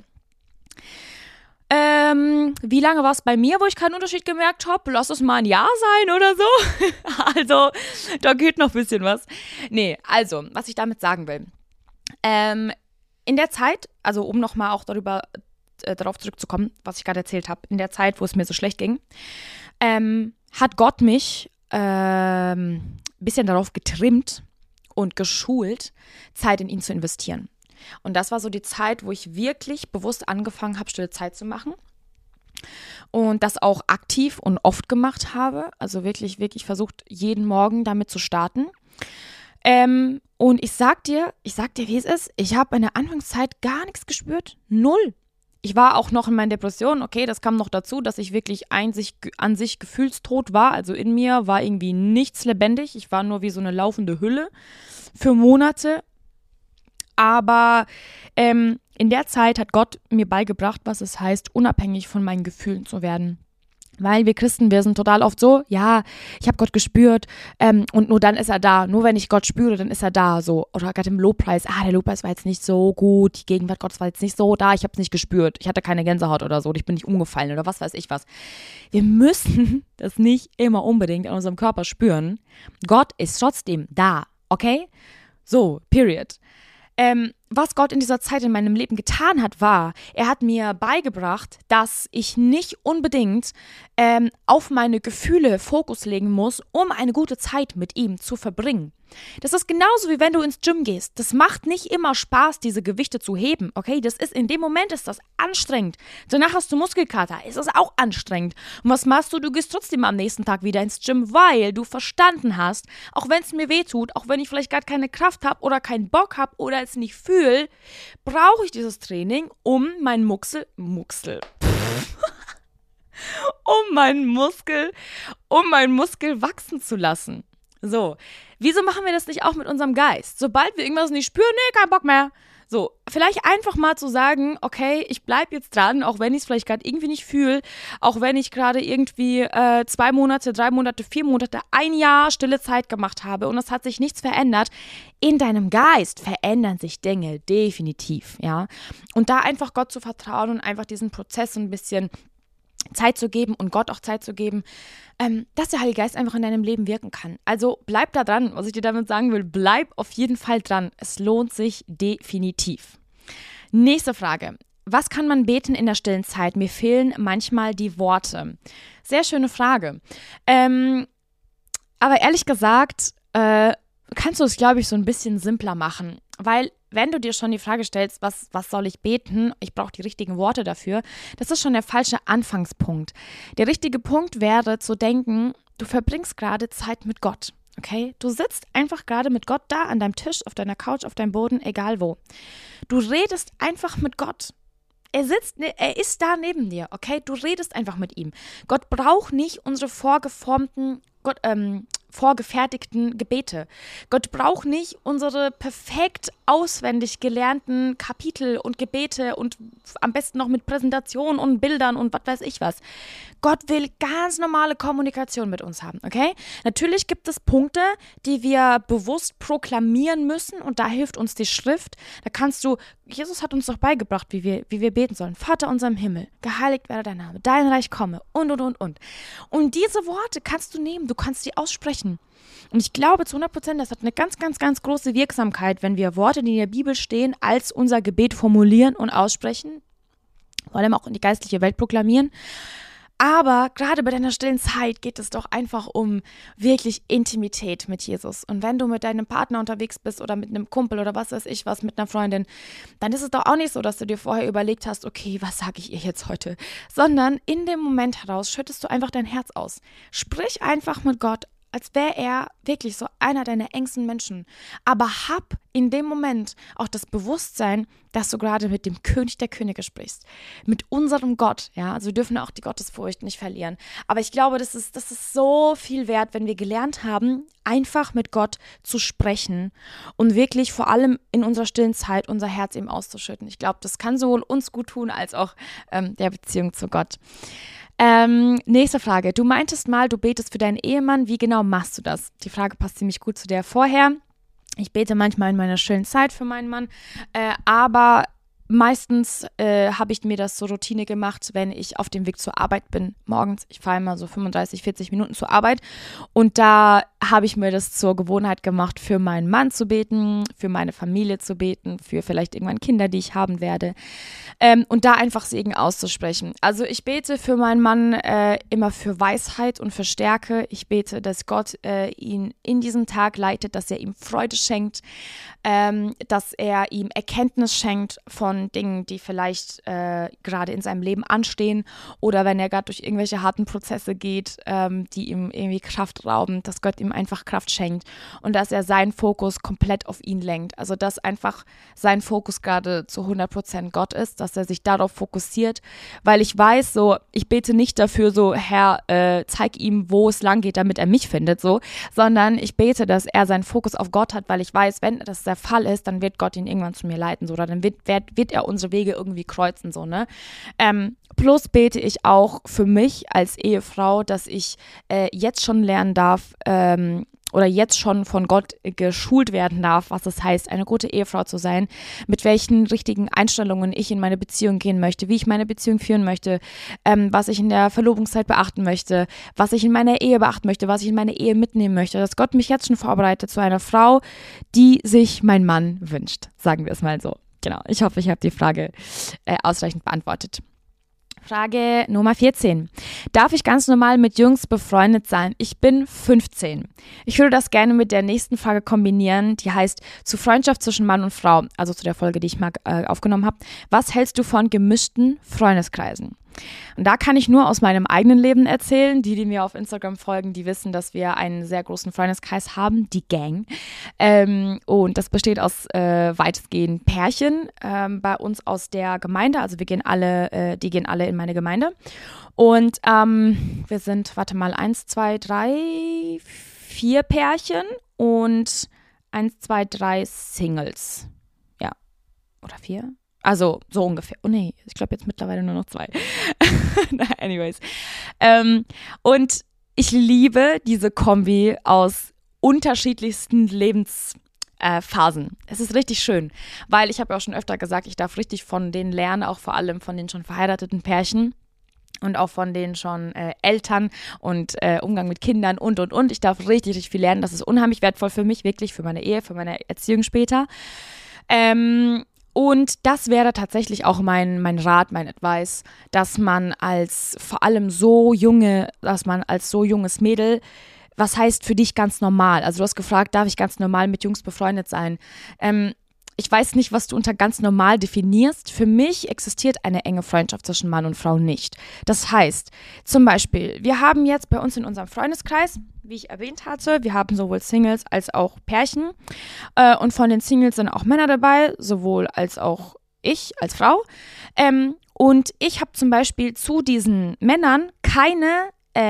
S1: Wie lange war es bei mir, wo ich keinen Unterschied gemerkt habe? Lass es mal ein Jahr sein oder so. Also, da geht noch ein bisschen was. Nee, also, was ich damit sagen will. In der Zeit, also um nochmal auch darauf zurückzukommen, was ich gerade erzählt habe, in der Zeit, wo es mir so schlecht ging, hat Gott mich ein bisschen darauf getrimmt und geschult, Zeit in ihn zu investieren. Und das war so die Zeit, wo ich wirklich bewusst angefangen habe, stille Zeit zu machen und das auch aktiv und oft gemacht habe. Also wirklich, wirklich versucht, jeden Morgen damit zu starten. Und ich sag dir, wie es ist, ich habe in der Anfangszeit gar nichts gespürt. 0. Ich war auch noch in meinen Depressionen, okay, das kam noch dazu, dass ich wirklich an sich gefühlstot war. Also in mir war irgendwie nichts lebendig. Ich war nur wie so eine laufende Hülle für Monate. Aber in der Zeit hat Gott mir beigebracht, was es heißt, unabhängig von meinen Gefühlen zu werden. Weil wir Christen, wir sind total oft so, ja, ich habe Gott gespürt und nur dann ist er da. Nur wenn ich Gott spüre, dann ist er da. So. Oder gerade im Lobpreis, der Lobpreis war jetzt nicht so gut, die Gegenwart Gottes war jetzt nicht so da, ich habe es nicht gespürt. Ich hatte keine Gänsehaut oder so, ich bin nicht umgefallen oder was weiß ich was. Wir müssen das nicht immer unbedingt an unserem Körper spüren. Gott ist trotzdem da, okay? So, period. Was Gott in dieser Zeit in meinem Leben getan hat, war, er hat mir beigebracht, dass ich nicht unbedingt auf meine Gefühle Fokus legen muss, um eine gute Zeit mit ihm zu verbringen. Das ist genauso wie wenn du ins Gym gehst. Das macht nicht immer Spaß, diese Gewichte zu heben, okay? In dem Moment ist das anstrengend. Danach hast du Muskelkater, ist das auch anstrengend. Und was machst du? Du gehst trotzdem am nächsten Tag wieder ins Gym, weil du verstanden hast, auch wenn es mir wehtut, auch wenn ich vielleicht gerade keine Kraft habe oder keinen Bock habe oder es nicht fühle, brauche ich dieses Training, um meinen um meinen Muskel wachsen zu lassen. So, wieso machen wir das nicht auch mit unserem Geist? Sobald wir irgendwas nicht spüren, nee, kein Bock mehr. So, vielleicht einfach mal zu sagen, okay, ich bleibe jetzt dran, auch wenn ich es vielleicht gerade irgendwie nicht fühle, auch wenn ich gerade irgendwie 2 Monate, 3 Monate, 4 Monate, 1 Jahr stille Zeit gemacht habe und es hat sich nichts verändert. In deinem Geist verändern sich Dinge definitiv, ja. Und da einfach Gott zu vertrauen und einfach diesen Prozess so ein bisschen Zeit zu geben und Gott auch Zeit zu geben, dass der Heilige Geist einfach in deinem Leben wirken kann. Also bleib da dran, was ich dir damit sagen will, bleib auf jeden Fall dran. Es lohnt sich definitiv. Nächste Frage. Was kann man beten in der stillen Zeit? Mir fehlen manchmal die Worte. Sehr schöne Frage. Aber ehrlich gesagt, kannst du es, glaube ich, so ein bisschen simpler machen, weil wenn du dir schon die Frage stellst, was soll ich beten, ich brauche die richtigen Worte dafür, das ist schon der falsche Anfangspunkt. Der richtige Punkt wäre zu denken, du verbringst gerade Zeit mit Gott, okay? Du sitzt einfach gerade mit Gott da an deinem Tisch, auf deiner Couch, auf deinem Boden, egal wo. Du redest einfach mit Gott. Er ist da neben dir, okay? Du redest einfach mit ihm. Gott braucht nicht unsere vorgefertigten Gebete. Gott braucht nicht unsere perfekt auswendig gelernten Kapitel und Gebete und am besten noch mit Präsentationen und Bildern und was weiß ich was. Gott will ganz normale Kommunikation mit uns haben, okay? Natürlich gibt es Punkte, die wir bewusst proklamieren müssen und da hilft uns die Schrift. Jesus hat uns doch beigebracht, wie wir beten sollen. Vater unser im Himmel, geheiligt werde dein Name, dein Reich komme und. Und diese Worte kannst du nehmen, du kannst sie aussprechen. Und ich glaube zu 100%, das hat eine ganz, ganz, ganz große Wirksamkeit, wenn wir Worte, die in der Bibel stehen, als unser Gebet formulieren und aussprechen, vor allem auch in die geistliche Welt proklamieren. Aber gerade bei deiner stillen Zeit geht es doch einfach um wirklich Intimität mit Jesus. Und wenn du mit deinem Partner unterwegs bist oder mit einem Kumpel oder was weiß ich was, mit einer Freundin, dann ist es doch auch nicht so, dass du dir vorher überlegt hast, okay, was sage ich ihr jetzt heute? Sondern in dem Moment heraus schüttest du einfach dein Herz aus. Sprich einfach mit Gott, als wäre er wirklich so einer deiner engsten Menschen. Aber hab in dem Moment auch das Bewusstsein, dass du gerade mit dem König der Könige sprichst. Mit unserem Gott, ja. Also wir dürfen auch die Gottesfurcht nicht verlieren. Aber ich glaube, das ist so viel wert, wenn wir gelernt haben, einfach mit Gott zu sprechen und wirklich vor allem in unserer stillen Zeit unser Herz ihm auszuschütten. Ich glaube, das kann sowohl uns gut tun, als auch der Beziehung zu Gott. Nächste Frage. Du meintest mal, du betest für deinen Ehemann. Wie genau machst du das? Die Frage passt ziemlich gut zu der vorher. Ich bete manchmal in meiner stillen Zeit für meinen Mann, aber meistens habe ich mir das zur Routine gemacht, wenn ich auf dem Weg zur Arbeit bin, morgens. Ich fahre immer so 35, 40 Minuten zur Arbeit und da habe ich mir das zur Gewohnheit gemacht, für meinen Mann zu beten, für meine Familie zu beten, für vielleicht irgendwann Kinder, die ich haben werde und da einfach Segen auszusprechen. Also ich bete für meinen Mann immer für Weisheit und für Stärke. Ich bete, dass Gott ihn in diesem Tag leitet, dass er ihm Freude schenkt, dass er ihm Erkenntnis schenkt von Dingen, die vielleicht gerade in seinem Leben anstehen oder wenn er gerade durch irgendwelche harten Prozesse geht, die ihm irgendwie Kraft rauben, dass Gott ihm einfach Kraft schenkt und dass er seinen Fokus komplett auf ihn lenkt. Also dass einfach sein Fokus gerade zu 100% Gott ist, dass er sich darauf fokussiert, weil ich weiß so, ich bete nicht dafür so, Herr, zeig ihm, wo es lang geht, damit er mich findet, so, sondern ich bete, dass er seinen Fokus auf Gott hat, weil ich weiß, wenn das der Fall ist, dann wird Gott ihn irgendwann zu mir leiten, so, oder dann wird er unsere Wege irgendwie kreuzen, so, ne? Plus bete ich auch für mich als Ehefrau, dass ich jetzt schon lernen darf, oder jetzt schon von Gott geschult werden darf, was es heißt, eine gute Ehefrau zu sein, mit welchen richtigen Einstellungen ich in meine Beziehung gehen möchte, wie ich meine Beziehung führen möchte, was ich in der Verlobungszeit beachten möchte, was ich in meiner Ehe beachten möchte, was ich in meine Ehe mitnehmen möchte, dass Gott mich jetzt schon vorbereitet zu einer Frau, die sich mein Mann wünscht, sagen wir es mal so. Genau, ich hoffe, ich habe die Frage ausreichend beantwortet. Frage Nummer 14. Darf ich ganz normal mit Jungs befreundet sein? Ich bin 15. Ich würde das gerne mit der nächsten Frage kombinieren, die heißt, zu Freundschaft zwischen Mann und Frau, also zu der Folge, die ich mal aufgenommen habe. Was hältst du von gemischten Freundeskreisen? Und da kann ich nur aus meinem eigenen Leben erzählen. Die mir auf Instagram folgen, die wissen, dass wir einen sehr großen Freundeskreis haben, die Gang. Und das besteht aus weitestgehend Pärchen bei uns aus der Gemeinde. Also die gehen alle in meine Gemeinde. Und wir sind, 1, 2, 3, 4 Pärchen und 1, 2, 3 Singles. Ja, oder 4? Also so ungefähr. Oh nee, ich glaube jetzt mittlerweile nur noch 2. Anyways. Und ich liebe diese Kombi aus unterschiedlichsten Lebensphasen. Es ist richtig schön, weil ich habe ja auch schon öfter gesagt, ich darf richtig von denen lernen, auch vor allem von den schon verheirateten Pärchen. Und auch von den schon Eltern und Umgang mit Kindern und. Ich darf richtig, richtig viel lernen. Das ist unheimlich wertvoll für mich, wirklich, für meine Ehe, für meine Erziehung später. Und das wäre tatsächlich auch mein Rat, mein Advice, dass man als so junges Mädel, was heißt für dich ganz normal? Also du hast gefragt, darf ich ganz normal mit Jungs befreundet sein? Ich weiß nicht, was du unter ganz normal definierst. Für mich existiert eine enge Freundschaft zwischen Mann und Frau nicht. Das heißt, zum Beispiel, wir haben jetzt bei uns in unserem Freundeskreis, wie ich erwähnt hatte, wir haben sowohl Singles als auch Pärchen. Und von den Singles sind auch Männer dabei, sowohl als auch ich als Frau. Und ich habe zum Beispiel zu diesen Männern keine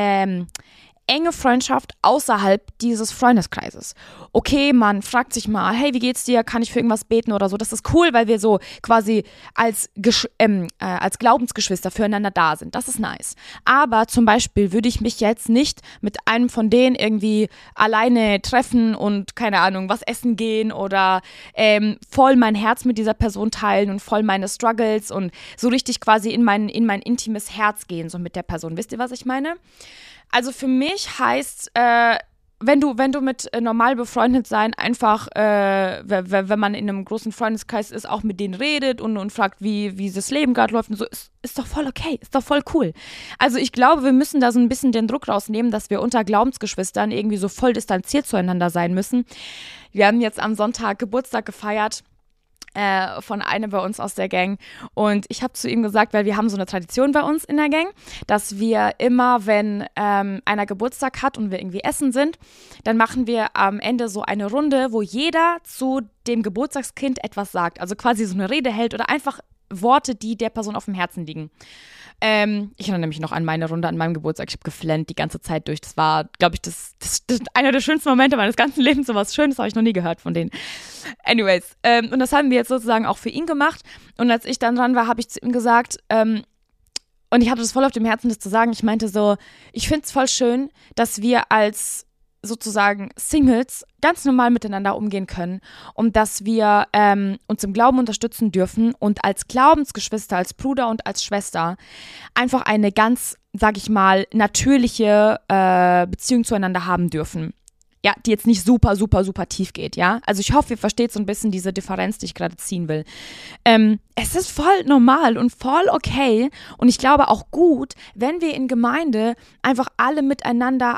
S1: enge Freundschaft außerhalb dieses Freundeskreises. Okay, man fragt sich mal, hey, wie geht's dir? Kann ich für irgendwas beten oder so? Das ist cool, weil wir so quasi als Glaubensgeschwister füreinander da sind. Das ist nice. Aber zum Beispiel würde ich mich jetzt nicht mit einem von denen irgendwie alleine treffen und, keine Ahnung, was essen gehen oder voll mein Herz mit dieser Person teilen und voll meine Struggles und so richtig quasi in mein intimes Herz gehen, so mit der Person. Wisst ihr, was ich meine? Also für mich heißt, wenn du mit normal befreundet sein, einfach, wenn man in einem großen Freundeskreis ist, auch mit denen redet und fragt, wie das Leben gerade läuft und so, ist doch voll okay, ist doch voll cool. Also ich glaube, wir müssen da so ein bisschen den Druck rausnehmen, dass wir unter Glaubensgeschwistern irgendwie so voll distanziert zueinander sein müssen. Wir haben jetzt am Sonntag Geburtstag gefeiert von einem bei uns aus der Gang und ich habe zu ihm gesagt, weil wir haben so eine Tradition bei uns in der Gang, dass wir immer, wenn einer Geburtstag hat und wir irgendwie essen sind, dann machen wir am Ende so eine Runde, wo jeder zu dem Geburtstagskind etwas sagt, also quasi so eine Rede hält oder einfach Worte, die der Person auf dem Herzen liegen. Ich erinnere mich noch an meine Runde an meinem Geburtstag. Ich habe geflennt die ganze Zeit durch. Das war, glaube ich, das einer der schönsten Momente meines ganzen Lebens. So was Schönes habe ich noch nie gehört von denen. Anyways, und das haben wir jetzt sozusagen auch für ihn gemacht. Und als ich dann dran war, habe ich zu ihm gesagt, und ich hatte das voll auf dem Herzen, das zu sagen. Ich meinte so, ich finde es voll schön, dass wir als sozusagen Singles ganz normal miteinander umgehen können und dass wir uns im Glauben unterstützen dürfen und als Glaubensgeschwister, als Bruder und als Schwester einfach eine ganz, sag ich mal, natürliche Beziehung zueinander haben dürfen. Ja, die jetzt nicht super, super, super tief geht, ja. Also ich hoffe, ihr versteht so ein bisschen diese Differenz, die ich gerade ziehen will. Es ist voll normal und voll okay und ich glaube auch gut, wenn wir in Gemeinde einfach alle miteinander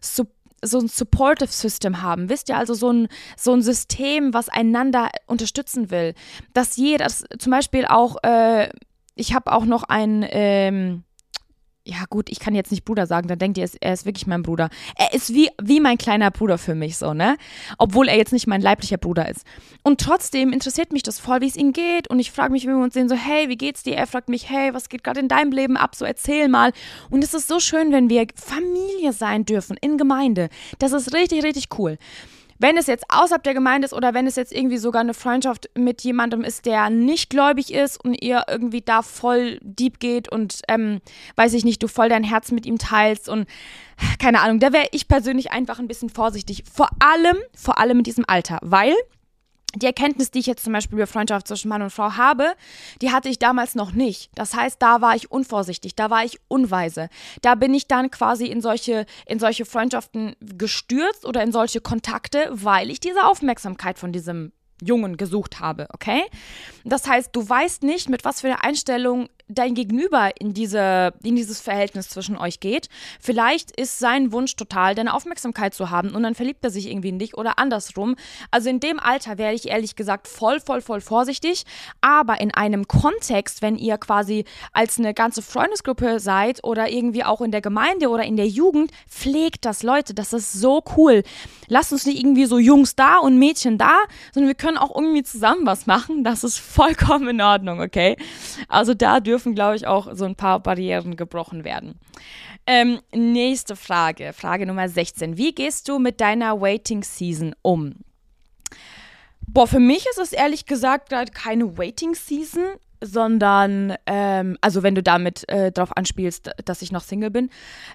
S1: so ein Supportive System haben, wisst ihr, also so ein System, was einander unterstützen will, dass zum Beispiel auch, ich habe auch noch ja gut, ich kann jetzt nicht Bruder sagen, dann denkt ihr, er ist wirklich mein Bruder. Er ist wie mein kleiner Bruder für mich so, ne? Obwohl er jetzt nicht mein leiblicher Bruder ist. Und trotzdem interessiert mich das voll, wie es ihm geht. Und ich frage mich, wenn wir uns sehen, so, hey, wie geht's dir? Er fragt mich, hey, was geht gerade in deinem Leben ab? So, erzähl mal. Und es ist so schön, wenn wir Familie sein dürfen in Gemeinde. Das ist richtig, richtig cool. Wenn es jetzt außerhalb der Gemeinde ist oder wenn es jetzt irgendwie sogar eine Freundschaft mit jemandem ist, der nicht gläubig ist und ihr irgendwie da voll deep geht und, weiß ich nicht, du voll dein Herz mit ihm teilst und keine Ahnung, da wäre ich persönlich einfach ein bisschen vorsichtig. Vor allem in diesem Alter, weil die Erkenntnis, die ich jetzt zum Beispiel über Freundschaft zwischen Mann und Frau habe, die hatte ich damals noch nicht. Das heißt, da war ich unvorsichtig, da war ich unweise. Da bin ich dann quasi in solche Freundschaften gestürzt oder in solche Kontakte, weil ich diese Aufmerksamkeit von diesem Jungen gesucht habe, okay? Das heißt, du weißt nicht, mit was für einer Einstellung dein Gegenüber in dieses Verhältnis zwischen euch geht. Vielleicht ist sein Wunsch total, deine Aufmerksamkeit zu haben und dann verliebt er sich irgendwie in dich oder andersrum. Also in dem Alter wäre ich ehrlich gesagt voll vorsichtig, aber in einem Kontext, wenn ihr quasi als eine ganze Freundesgruppe seid oder irgendwie auch in der Gemeinde oder in der Jugend, pflegt das, Leute, das ist so cool. Lasst uns nicht irgendwie so Jungs da und Mädchen da, sondern wir können auch irgendwie zusammen was machen, das ist vollkommen in Ordnung, okay? Also da dürfen, glaube ich, auch so ein paar Barrieren gebrochen werden. Nächste Frage, Frage Nummer 16. Wie gehst du mit deiner Waiting Season um? Boah, für mich ist es ehrlich gesagt gerade keine Waiting Season, sondern, also wenn du damit drauf anspielst, dass ich noch Single bin,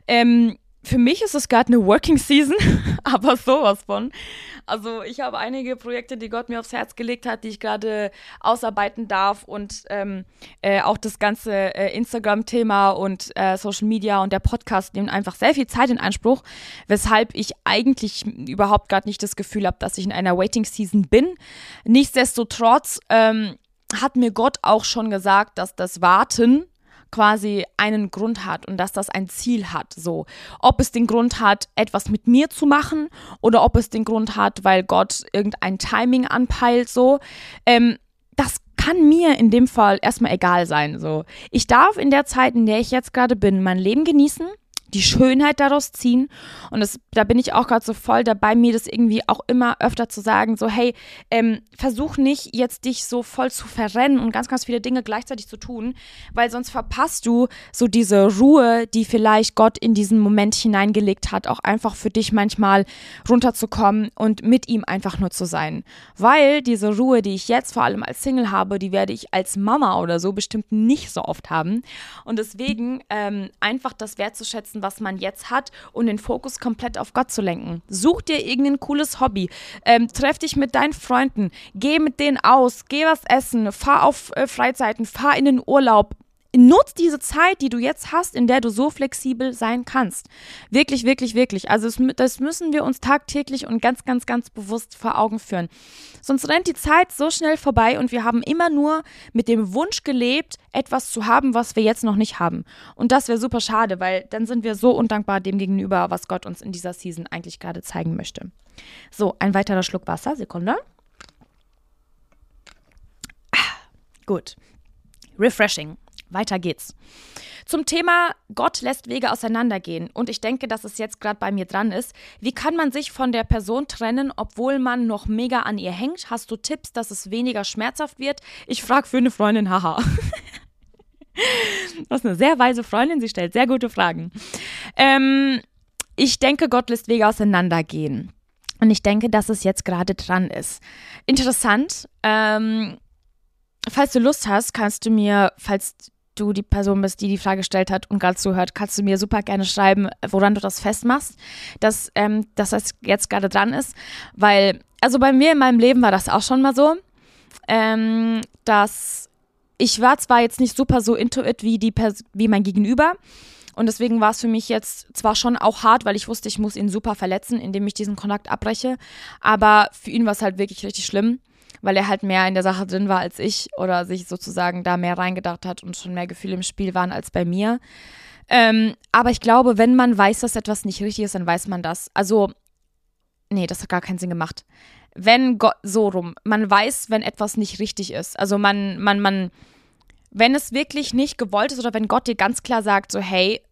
S1: für mich ist es gerade eine Working Season, aber sowas von. Also ich habe einige Projekte, die Gott mir aufs Herz gelegt hat, die ich gerade ausarbeiten darf und auch das ganze Instagram-Thema und Social Media und der Podcast nehmen einfach sehr viel Zeit in Anspruch, weshalb ich eigentlich überhaupt gerade nicht das Gefühl habe, dass ich in einer Waiting Season bin. Nichtsdestotrotz hat mir Gott auch schon gesagt, dass das Warten quasi einen Grund hat und dass das ein Ziel hat, so. Ob es den Grund hat, etwas mit mir zu machen oder ob es den Grund hat, weil Gott irgendein Timing anpeilt, so. Das kann mir in dem Fall erstmal egal sein, so. Ich darf in der Zeit, in der ich jetzt gerade bin, mein Leben genießen, die Schönheit daraus ziehen und da bin ich auch gerade so voll dabei, mir das irgendwie auch immer öfter zu sagen, so hey, versuch nicht jetzt dich so voll zu verrennen und ganz, ganz viele Dinge gleichzeitig zu tun, weil sonst verpasst du so diese Ruhe, die vielleicht Gott in diesen Moment hineingelegt hat, auch einfach für dich manchmal runterzukommen und mit ihm einfach nur zu sein, weil diese Ruhe, die ich jetzt vor allem als Single habe, die werde ich als Mama oder so bestimmt nicht so oft haben und deswegen einfach das wertzuschätzen, was man jetzt hat und den Fokus komplett auf Gott zu lenken. Such dir irgendein cooles Hobby, treff dich mit deinen Freunden, geh mit denen aus, geh was essen, fahr auf Freizeiten, fahr in den Urlaub. Nutz diese Zeit, die du jetzt hast, in der du so flexibel sein kannst. Wirklich, wirklich, wirklich. Also das müssen wir uns tagtäglich und ganz, ganz, ganz bewusst vor Augen führen. Sonst rennt die Zeit so schnell vorbei und wir haben immer nur mit dem Wunsch gelebt, etwas zu haben, was wir jetzt noch nicht haben. Und das wäre super schade, weil dann sind wir so undankbar dem gegenüber, was Gott uns in dieser Season eigentlich gerade zeigen möchte. So, ein weiterer Schluck Wasser. Sekunde. Gut. Refreshing. Weiter geht's. Zum Thema Gott lässt Wege auseinandergehen und ich denke, dass es jetzt gerade bei mir dran ist. Wie kann man sich von der Person trennen, obwohl man noch mega an ihr hängt? Hast du Tipps, dass es weniger schmerzhaft wird? Ich frage für eine Freundin, haha. Das ist eine sehr weise Freundin, sie stellt sehr gute Fragen. Ich denke, Gott lässt Wege auseinandergehen und ich denke, dass es jetzt gerade dran ist. Interessant, falls du Lust hast, kannst du mir, falls du die Person bist, die die Frage gestellt hat und gerade zuhört, kannst du mir super gerne schreiben, woran du das festmachst, dass das jetzt gerade dran ist, weil, also bei mir in meinem Leben war das auch schon mal so, dass ich war zwar jetzt nicht super so into it wie mein Gegenüber und deswegen war es für mich jetzt zwar schon auch hart, weil ich wusste, ich muss ihn super verletzen, indem ich diesen Kontakt abbreche, aber für ihn war es halt wirklich richtig schlimm, weil er halt mehr in der Sache drin war als ich oder sich sozusagen da mehr reingedacht hat und schon mehr Gefühle im Spiel waren als bei mir. Aber ich glaube, wenn man weiß, dass etwas nicht richtig ist, dann weiß man das. Also, nee, das hat gar keinen Sinn gemacht. Wenn Gott, so rum, man weiß, wenn etwas nicht richtig ist. Also wenn es wirklich nicht gewollt ist oder wenn Gott dir ganz klar sagt, so hey,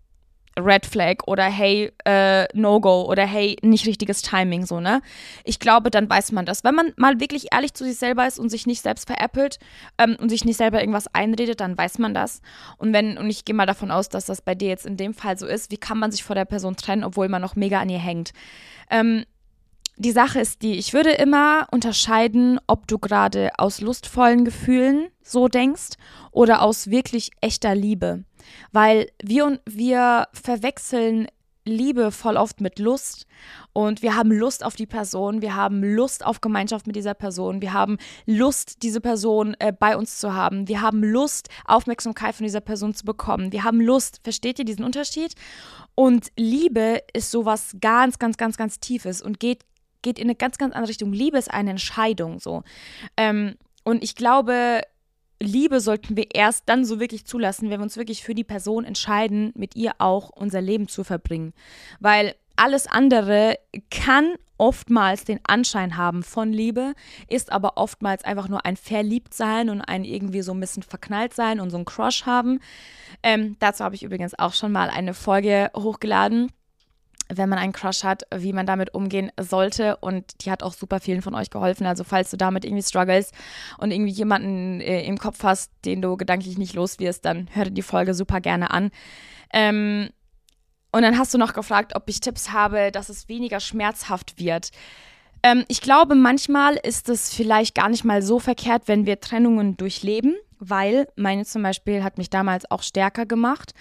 S1: Red Flag oder hey, No-Go oder hey, nicht richtiges Timing, so, ne? Ich glaube, dann weiß man das. Wenn man mal wirklich ehrlich zu sich selber ist und sich nicht selbst veräppelt und sich nicht selber irgendwas einredet, dann weiß man das. Und ich gehe mal davon aus, dass das bei dir jetzt in dem Fall so ist, wie kann man sich vor der Person trennen, obwohl man noch mega an ihr hängt? Die Sache ist ich würde immer unterscheiden, ob du gerade aus lustvollen Gefühlen so denkst oder aus wirklich echter Liebe. Weil wir verwechseln Liebe voll oft mit Lust und wir haben Lust auf die Person, wir haben Lust auf Gemeinschaft mit dieser Person, wir haben Lust, diese Person bei uns zu haben, wir haben Lust, Aufmerksamkeit von dieser Person zu bekommen, wir haben Lust, versteht ihr diesen Unterschied? Und Liebe ist sowas ganz, ganz, ganz, ganz Tiefes und geht in eine ganz, ganz andere Richtung. Liebe ist eine Entscheidung, so. Und ich glaube, Liebe sollten wir erst dann so wirklich zulassen, wenn wir uns wirklich für die Person entscheiden, mit ihr auch unser Leben zu verbringen. Weil alles andere kann oftmals den Anschein haben von Liebe, ist aber oftmals einfach nur ein Verliebtsein und ein irgendwie so ein bisschen verknallt sein und so ein Crush haben. Dazu habe ich übrigens auch schon mal eine Folge hochgeladen, wenn man einen Crush hat, wie man damit umgehen sollte, und die hat auch super vielen von euch geholfen, also falls du damit irgendwie struggles und irgendwie jemanden im Kopf hast, den du gedanklich nicht los wirst, dann hör dir die Folge super gerne an. Und dann hast du noch gefragt, ob ich Tipps habe, dass es weniger schmerzhaft wird. Ich glaube, manchmal ist es vielleicht gar nicht mal so verkehrt, wenn wir Trennungen durchleben, weil meine zum Beispiel hat mich damals auch stärker gemacht.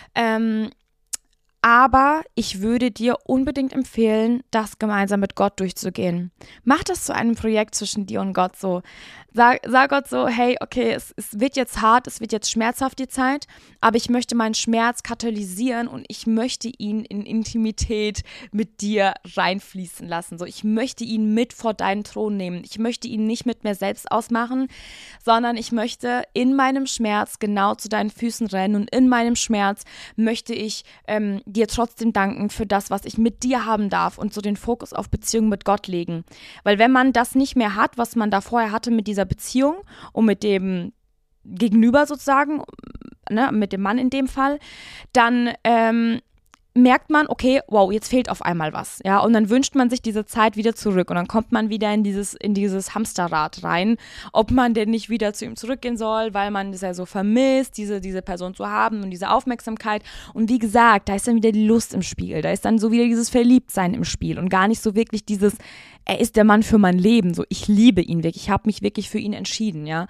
S1: Aber ich würde dir unbedingt empfehlen, das gemeinsam mit Gott durchzugehen. Mach das zu einem Projekt zwischen dir und Gott so. Sag Gott so, hey, okay, es wird jetzt hart, es wird jetzt schmerzhaft die Zeit, aber ich möchte meinen Schmerz katalysieren und ich möchte ihn in Intimität mit dir reinfließen lassen. So, ich möchte ihn mit vor deinen Thron nehmen. Ich möchte ihn nicht mit mir selbst ausmachen, sondern ich möchte in meinem Schmerz genau zu deinen Füßen rennen und in meinem Schmerz möchte ich dir trotzdem danken für das, was ich mit dir haben darf und so den Fokus auf Beziehung mit Gott legen. Weil wenn man das nicht mehr hat, was man da vorher hatte mit dieser Beziehung und mit dem Gegenüber sozusagen, ne, mit dem Mann in dem Fall, dann merkt man, okay, wow, jetzt fehlt auf einmal was, ja, und dann wünscht man sich diese Zeit wieder zurück und dann kommt man wieder in dieses Hamsterrad rein, ob man denn nicht wieder zu ihm zurückgehen soll, weil man es ja so vermisst, diese Person zu haben und diese Aufmerksamkeit, und wie gesagt, da ist dann wieder die Lust im Spiel, da ist dann so wieder dieses Verliebtsein im Spiel und gar nicht so wirklich dieses, er ist der Mann für mein Leben, so, ich liebe ihn wirklich, ich habe mich wirklich für ihn entschieden, ja,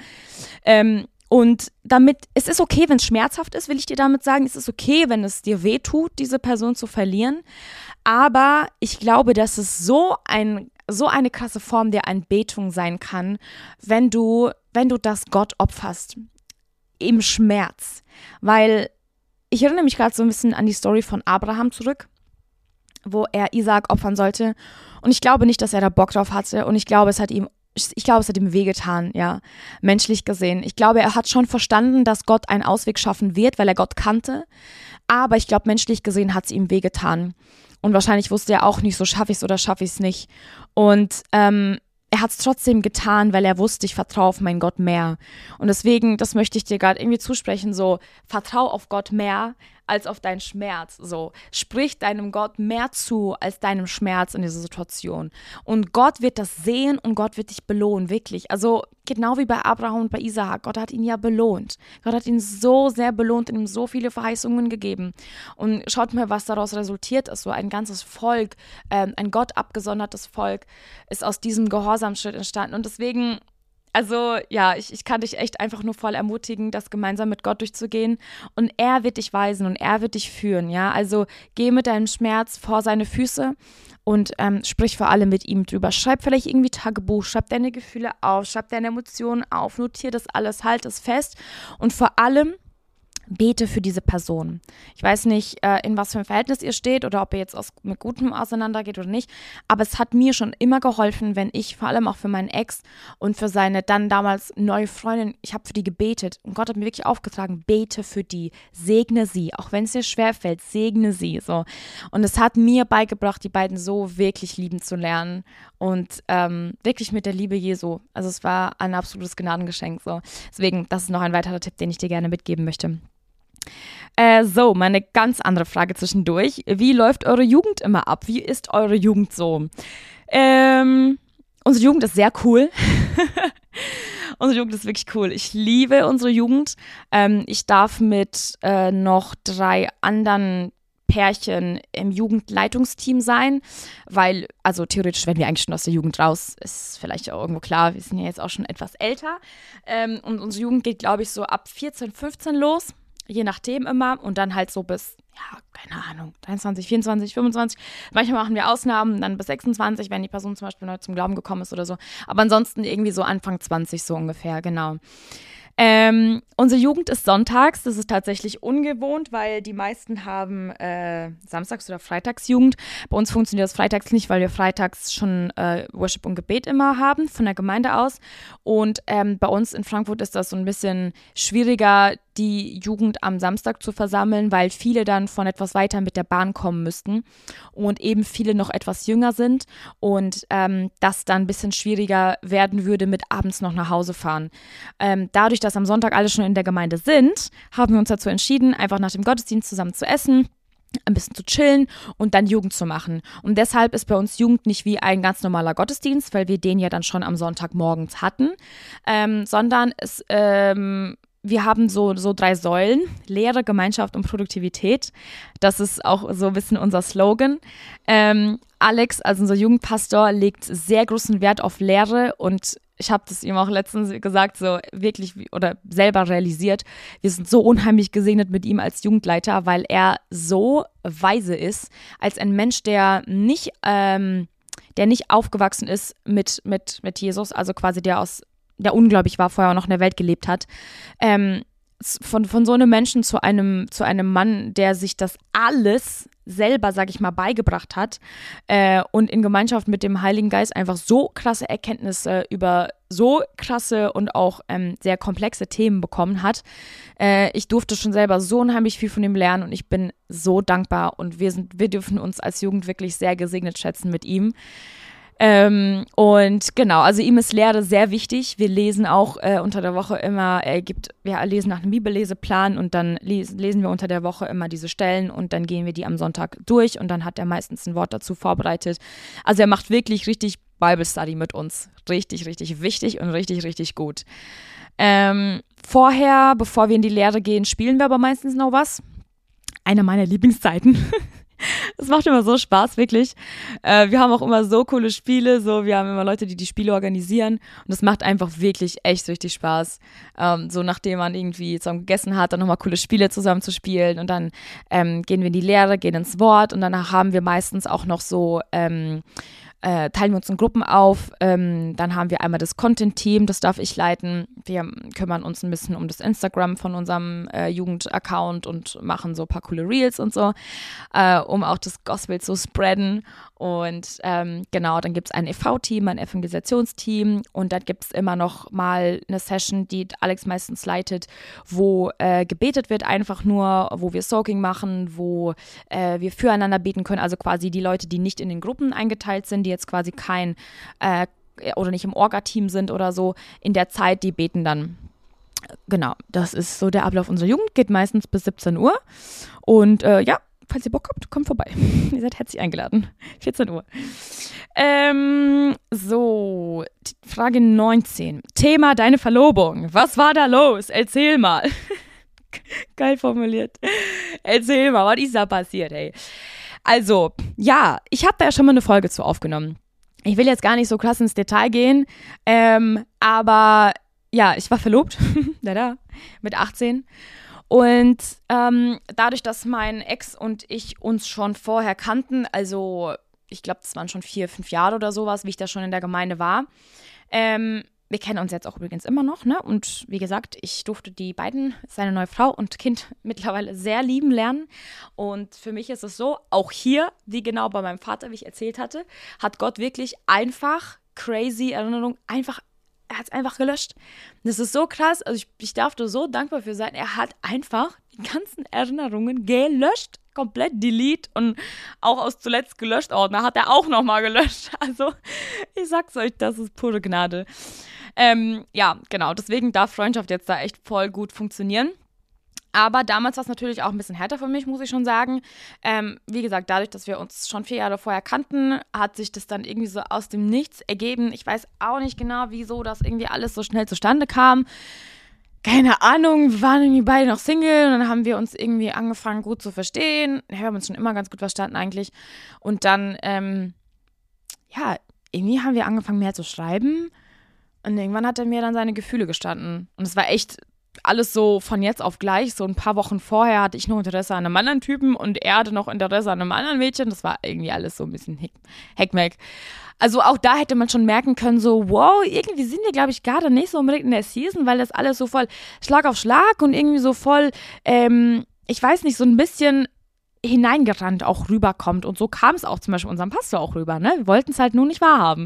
S1: und damit, es ist okay, wenn es schmerzhaft ist, will ich dir damit sagen, es ist okay, wenn es dir wehtut, diese Person zu verlieren, aber ich glaube, dass es so eine krasse Form der Anbetung sein kann, wenn du das Gott opferst, im Schmerz, weil ich erinnere mich gerade so ein bisschen an die Story von Abraham zurück, wo er Isaak opfern sollte, und ich glaube nicht, dass er da Bock drauf hatte, und ich glaube, es hat ihm wehgetan, ja, menschlich gesehen. Ich glaube, er hat schon verstanden, dass Gott einen Ausweg schaffen wird, weil er Gott kannte. Aber ich glaube, menschlich gesehen hat es ihm wehgetan. Und wahrscheinlich wusste er auch nicht, so schaffe ich es oder schaffe ich es nicht. Und er hat es trotzdem getan, weil er wusste, ich vertraue auf meinen Gott mehr. Und deswegen, das möchte ich dir gerade irgendwie zusprechen, so, vertrau auf Gott mehr als auf deinen Schmerz, so. Sprich deinem Gott mehr zu als deinem Schmerz in dieser Situation. Und Gott wird das sehen und Gott wird dich belohnen, wirklich. Also genau wie bei Abraham und bei Isaak, Gott hat ihn ja belohnt. Gott hat ihn so sehr belohnt und ihm so viele Verheißungen gegeben. Und schaut mal, was daraus resultiert ist. So ein ganzes Volk, ein Gott abgesondertes Volk ist aus diesem Gehorsamschritt entstanden. Und deswegen, also ja, ich kann dich echt einfach nur voll ermutigen, das gemeinsam mit Gott durchzugehen, und er wird dich weisen und er wird dich führen, ja, also geh mit deinem Schmerz vor seine Füße und sprich vor allem mit ihm drüber. Schreib vielleicht irgendwie Tagebuch, schreib deine Gefühle auf, schreib deine Emotionen auf, notier das alles, halt es fest und vor allem bete für diese Person. Ich weiß nicht, in was für ein Verhältnis ihr steht oder ob ihr jetzt mit Gutem auseinandergeht oder nicht, aber es hat mir schon immer geholfen, wenn ich, vor allem auch für meinen Ex und für seine dann damals neue Freundin, ich habe für die gebetet und Gott hat mir wirklich aufgetragen, bete für die, segne sie, auch wenn es dir schwerfällt, segne sie, so. Und es hat mir beigebracht, die beiden so wirklich lieben zu lernen und wirklich mit der Liebe Jesu. Also es war ein absolutes Gnadengeschenk, so. Deswegen, das ist noch ein weiterer Tipp, den ich dir gerne mitgeben möchte. So, meine ganz andere Frage zwischendurch. Wie läuft eure Jugend immer ab? Wie ist eure Jugend so? Unsere Jugend ist sehr cool. Unsere Jugend ist wirklich cool. Ich liebe unsere Jugend. Ich darf mit noch 3 anderen Pärchen im Jugendleitungsteam sein, weil, also theoretisch werden wir eigentlich schon aus der Jugend raus, ist vielleicht auch irgendwo klar, wir sind ja jetzt auch schon etwas älter und unsere Jugend geht, glaube ich, so ab 14, 15 los, je nachdem immer und dann halt so bis, ja, keine Ahnung, 23, 24, 25, manchmal machen wir Ausnahmen, dann bis 26, wenn die Person zum Beispiel neu zum Glauben gekommen ist oder so, aber ansonsten irgendwie so Anfang 20 so ungefähr, genau. Unsere Jugend ist sonntags, das ist tatsächlich ungewohnt, weil die meisten haben Samstags- oder Freitagsjugend. Bei uns funktioniert das freitags nicht, weil wir freitags schon Worship und Gebet immer haben, von der Gemeinde aus. Und bei uns in Frankfurt ist das so ein bisschen schwieriger, die Jugend am Samstag zu versammeln, weil viele dann von etwas weiter mit der Bahn kommen müssten und eben viele noch etwas jünger sind und das dann ein bisschen schwieriger werden würde mit abends noch nach Hause fahren. Dadurch, dass am Sonntag alle schon in der Gemeinde sind, haben wir uns dazu entschieden, einfach nach dem Gottesdienst zusammen zu essen, ein bisschen zu chillen und dann Jugend zu machen. Und deshalb ist bei uns Jugend nicht wie ein ganz normaler Gottesdienst, weil wir den ja dann schon am Sonntagmorgens hatten, sondern wir haben so 3 Säulen, Lehre, Gemeinschaft und Produktivität. Das ist auch so ein bisschen unser Slogan. Alex, also unser Jugendpastor, legt sehr großen Wert auf Lehre und ich habe das ihm auch letztens gesagt, so wirklich oder selber realisiert. Wir sind so unheimlich gesegnet mit ihm als Jugendleiter, weil er so weise ist, als ein Mensch, der nicht aufgewachsen ist mit Jesus, also quasi der ungläubig war, vorher auch noch in der Welt gelebt hat. Von so einem Menschen zu einem Mann, der sich das alles selber, sag ich mal, beigebracht hat und in Gemeinschaft mit dem Heiligen Geist einfach so krasse Erkenntnisse über so krasse und auch sehr komplexe Themen bekommen hat. Ich durfte schon selber so unheimlich viel von ihm lernen und ich bin so dankbar und wir dürfen uns als Jugend wirklich sehr gesegnet schätzen mit ihm. Und genau, also ihm ist Lehre sehr wichtig. Wir lesen auch unter der Woche immer, wir lesen nach einem Bibelleseplan und dann lesen wir unter der Woche immer diese Stellen und dann gehen wir die am Sonntag durch und dann hat er meistens ein Wort dazu vorbereitet. Also er macht wirklich richtig Bible Study mit uns. Richtig, richtig wichtig und richtig, richtig gut. Vorher, bevor wir in die Lehre gehen, spielen wir aber meistens noch was. Eine meiner Lieblingszeiten. Das macht immer so Spaß, wirklich. Wir haben auch immer so coole Spiele, wir haben immer Leute, die Spiele organisieren und das macht einfach wirklich echt richtig Spaß. So nachdem man irgendwie zusammen gegessen hat, dann nochmal coole Spiele zusammen zu spielen und dann gehen wir in die Lehre, gehen ins Wort und danach haben wir meistens auch noch teilen wir uns in Gruppen auf, dann haben wir einmal das Content-Team, das darf ich leiten, wir kümmern uns ein bisschen um das Instagram von unserem Jugend-Account und machen so ein paar coole Reels und so, um auch das Gospel zu spreaden und genau, dann gibt es ein EV-Team, ein Evangelisationsteam und dann gibt es immer noch mal eine Session, die Alex meistens leitet, wo gebetet wird einfach nur, wo wir Soaking machen, wo wir füreinander beten können, also quasi die Leute, die nicht in den Gruppen eingeteilt sind, die jetzt quasi kein oder nicht im Orga-Team sind oder so, in der Zeit, die beten dann. Genau, das ist so der Ablauf unserer Jugend, geht meistens bis 17 Uhr und ja, falls ihr Bock habt, kommt vorbei. Ihr seid herzlich eingeladen. 14 Uhr. So, Frage 19. Thema deine Verlobung. Was war da los? Erzähl mal. Geil formuliert. Erzähl mal, was ist da passiert, ey? Also, ja, ich habe da ja schon mal eine Folge zu aufgenommen. Ich will jetzt gar nicht so krass ins Detail gehen, aber ja, ich war verlobt, mit 18. Und dadurch, dass mein Ex und ich uns schon vorher kannten, also ich glaube, das waren schon 4, 5 Jahre oder sowas, wie ich da schon in der Gemeinde war, wir kennen uns jetzt auch übrigens immer noch, ne? Und wie gesagt, ich durfte die beiden, seine neue Frau und Kind, mittlerweile sehr lieben lernen. Und für mich ist es so, auch hier, wie genau bei meinem Vater, wie ich erzählt hatte, hat Gott wirklich einfach crazy Erinnerungen, er hat es einfach gelöscht. Das ist so krass, also ich darf da so dankbar für sein. Er hat einfach die ganzen Erinnerungen gelöscht, komplett delete und auch aus zuletzt gelöscht Ordner hat er auch nochmal gelöscht. Also ich sag's euch, das ist pure Gnade. Ja, genau, deswegen darf Freundschaft jetzt da echt voll gut funktionieren. Aber damals war es natürlich auch ein bisschen härter für mich, muss ich schon sagen. Wie gesagt, dadurch, dass wir uns schon 4 Jahre vorher kannten, hat sich das dann irgendwie so aus dem Nichts ergeben. Ich weiß auch nicht genau, wieso das irgendwie alles so schnell zustande kam. Keine Ahnung, wir waren irgendwie beide noch Single und dann haben wir uns irgendwie angefangen gut zu verstehen. Ja, wir haben uns schon immer ganz gut verstanden eigentlich. Und dann, irgendwie haben wir angefangen mehr zu schreiben und irgendwann hat er mir dann seine Gefühle gestanden. Und es war echt alles so von jetzt auf gleich. So ein paar Wochen vorher hatte ich noch Interesse an einem anderen Typen und er hatte noch Interesse an einem anderen Mädchen. Das war irgendwie alles so ein bisschen Heckmeck. Also auch da hätte man schon merken können, so wow, irgendwie sind wir, glaube ich, gerade nicht so unbedingt in der Season, weil das alles so voll Schlag auf Schlag und irgendwie so voll, ich weiß nicht, so ein bisschen hineingerannt auch rüberkommt. Und so kam es auch zum Beispiel unserem Pastor auch rüber, ne? Wir wollten es halt nur nicht wahrhaben.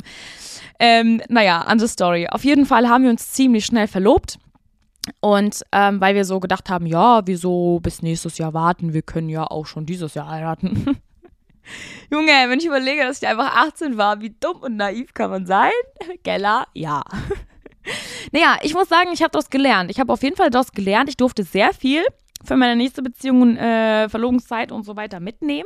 S1: Andere Story. Auf jeden Fall haben wir uns ziemlich schnell verlobt. Und weil wir so gedacht haben, ja, wieso bis nächstes Jahr warten? Wir können ja auch schon dieses Jahr heiraten. Junge, wenn ich überlege, dass ich einfach 18 war, wie dumm und naiv kann man sein? Geller, ja. Naja, ich muss sagen, ich habe daraus gelernt. Ich habe auf jeden Fall daraus gelernt. Ich durfte sehr viel für meine nächste Beziehung und Verlobungszeit und so weiter mitnehmen.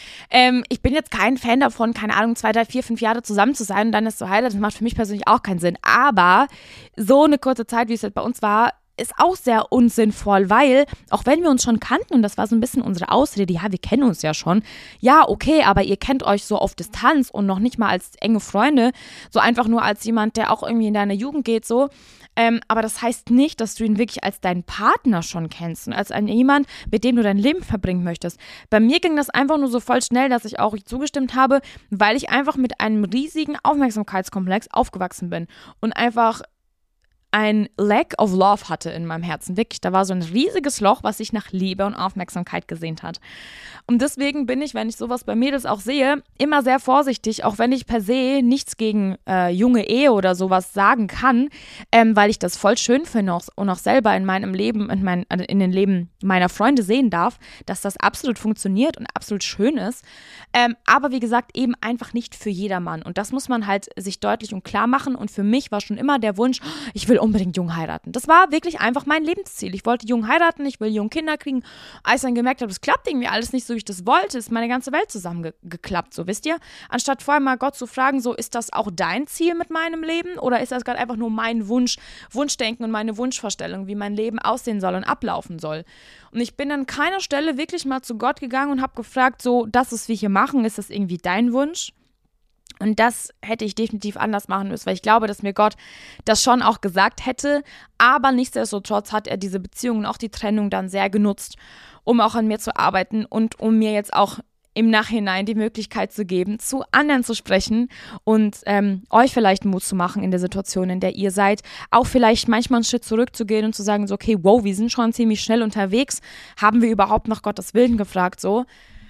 S1: Ich bin jetzt kein Fan davon, keine Ahnung, 2, 3, 4, 5 Jahre zusammen zu sein und dann ist zu heiraten. Das macht für mich persönlich auch keinen Sinn. Aber so eine kurze Zeit, wie es jetzt bei uns war, ist auch sehr unsinnvoll, weil, auch wenn wir uns schon kannten, und das war so ein bisschen unsere Ausrede, ja, wir kennen uns ja schon, ja, okay, aber ihr kennt euch so auf Distanz und noch nicht mal als enge Freunde, so einfach nur als jemand, der auch irgendwie in deine Jugend geht, so, aber das heißt nicht, dass du ihn wirklich als deinen Partner schon kennst und als jemand, mit dem du dein Leben verbringen möchtest. Bei mir ging das einfach nur so voll schnell, dass ich auch zugestimmt habe, weil ich einfach mit einem riesigen Aufmerksamkeitskomplex aufgewachsen bin und einfach ein Lack of Love hatte in meinem Herzen. Wirklich, da war so ein riesiges Loch, was sich nach Liebe und Aufmerksamkeit gesehnt hat. Und deswegen bin ich, wenn ich sowas bei Mädels auch sehe, immer sehr vorsichtig, auch wenn ich per se nichts gegen junge Ehe oder sowas sagen kann, weil ich das voll schön finde und auch selber in meinem Leben, in den Leben meiner Freunde sehen darf, dass das absolut funktioniert und absolut schön ist. Aber wie gesagt, eben einfach nicht für jedermann. Und das muss man halt sich deutlich und klar machen. Und für mich war schon immer der Wunsch, ich will unbedingt jung heiraten. Das war wirklich einfach mein Lebensziel. Ich wollte jung heiraten, ich will jung Kinder kriegen. Als ich dann gemerkt habe, das klappt irgendwie alles nicht so, wie ich das wollte, ist meine ganze Welt zusammengeklappt, so wisst ihr? Anstatt vorher mal Gott zu fragen, so, ist das auch dein Ziel mit meinem Leben oder ist das gerade einfach nur mein Wunschdenken und meine Wunschvorstellung, wie mein Leben aussehen soll und ablaufen soll? Und ich bin an keiner Stelle wirklich mal zu Gott gegangen und habe gefragt, so, das, was wir hier machen, ist das irgendwie dein Wunsch? Und das hätte ich definitiv anders machen müssen, weil ich glaube, dass mir Gott das schon auch gesagt hätte. Aber nichtsdestotrotz hat er diese Beziehung und auch die Trennung dann sehr genutzt, um auch an mir zu arbeiten und um mir jetzt auch im Nachhinein die Möglichkeit zu geben, zu anderen zu sprechen und euch vielleicht Mut zu machen in der Situation, in der ihr seid. Auch vielleicht manchmal einen Schritt zurückzugehen und zu sagen, so, okay, wow, wir sind schon ziemlich schnell unterwegs. Haben wir überhaupt nach Gottes Willen gefragt, so?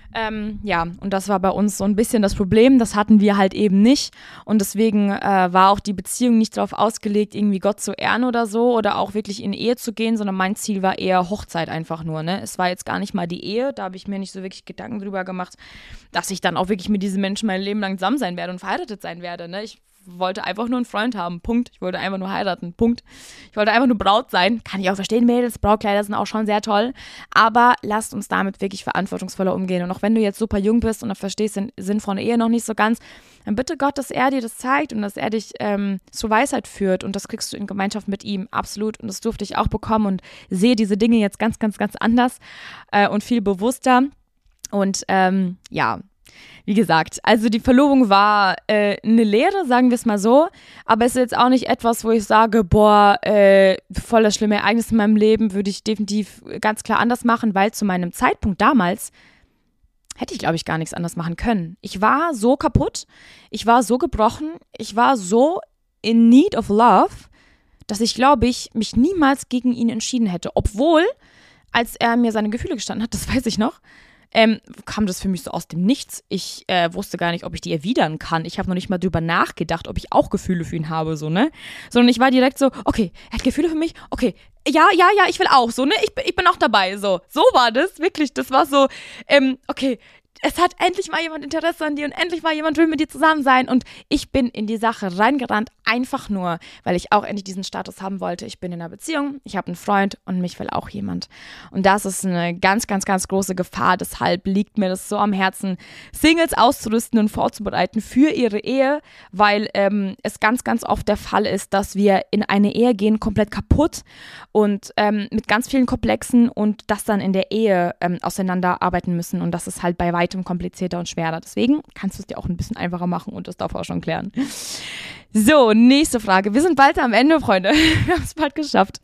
S1: Und das war bei uns so ein bisschen das Problem, das hatten wir halt eben nicht und deswegen war auch die Beziehung nicht darauf ausgelegt, irgendwie Gott zu ehren oder so oder auch wirklich in Ehe zu gehen, sondern mein Ziel war eher Hochzeit einfach nur, ne? Es war jetzt gar nicht mal die Ehe, da habe ich mir nicht so wirklich Gedanken drüber gemacht, dass ich dann auch wirklich mit diesem Menschen mein Leben lang zusammen sein werde und verheiratet sein werde, ne? Ich wollte einfach nur einen Freund haben, Punkt. Ich wollte einfach nur heiraten, Punkt. Ich wollte einfach nur Braut sein. Kann ich auch verstehen, Mädels, Brautkleider sind auch schon sehr toll. Aber lasst uns damit wirklich verantwortungsvoller umgehen. Und auch wenn du jetzt super jung bist und du verstehst den Sinn von Ehe noch nicht so ganz, dann bitte Gott, dass er dir das zeigt und dass er dich zur Weisheit führt. Und das kriegst du in Gemeinschaft mit ihm, absolut. Und das durfte ich auch bekommen und sehe diese Dinge jetzt ganz, ganz, ganz anders und viel bewusster. Und wie gesagt, also die Verlobung war eine Lehre, sagen wir es mal so, aber es ist jetzt auch nicht etwas, wo ich sage, boah, voll das schlimme Ereignis in meinem Leben, würde ich definitiv ganz klar anders machen, weil zu meinem Zeitpunkt damals hätte ich, glaube ich, gar nichts anders machen können. Ich war so kaputt, ich war so gebrochen, ich war so in need of love, dass ich, glaube ich, mich niemals gegen ihn entschieden hätte, obwohl, als er mir seine Gefühle gestanden hat, das weiß ich noch, kam das für mich so aus dem Nichts. Ich wusste gar nicht, ob ich die erwidern kann. Ich habe noch nicht mal drüber nachgedacht, ob ich auch Gefühle für ihn habe, so, ne? Sondern ich war direkt so, okay, er hat Gefühle für mich, okay, ja, ich will auch, so, ne? Ich bin auch dabei, so. So war das, wirklich, das war so, okay, es hat endlich mal jemand Interesse an dir und endlich mal jemand will mit dir zusammen sein. Und ich bin in die Sache reingerannt, einfach nur, weil ich auch endlich diesen Status haben wollte. Ich bin in einer Beziehung, ich habe einen Freund und mich will auch jemand. Und das ist eine ganz, ganz, ganz große Gefahr. Deshalb liegt mir das so am Herzen, Singles auszurüsten und vorzubereiten für ihre Ehe, weil es ganz, ganz oft der Fall ist, dass wir in eine Ehe gehen, komplett kaputt und mit ganz vielen Komplexen und das dann in der Ehe auseinanderarbeiten müssen. Und das ist halt bei weitem komplizierter und schwerer. Deswegen kannst du es dir auch ein bisschen einfacher machen und das davor schon klären. So, nächste Frage. Wir sind bald am Ende, Freunde. Wir haben es bald geschafft.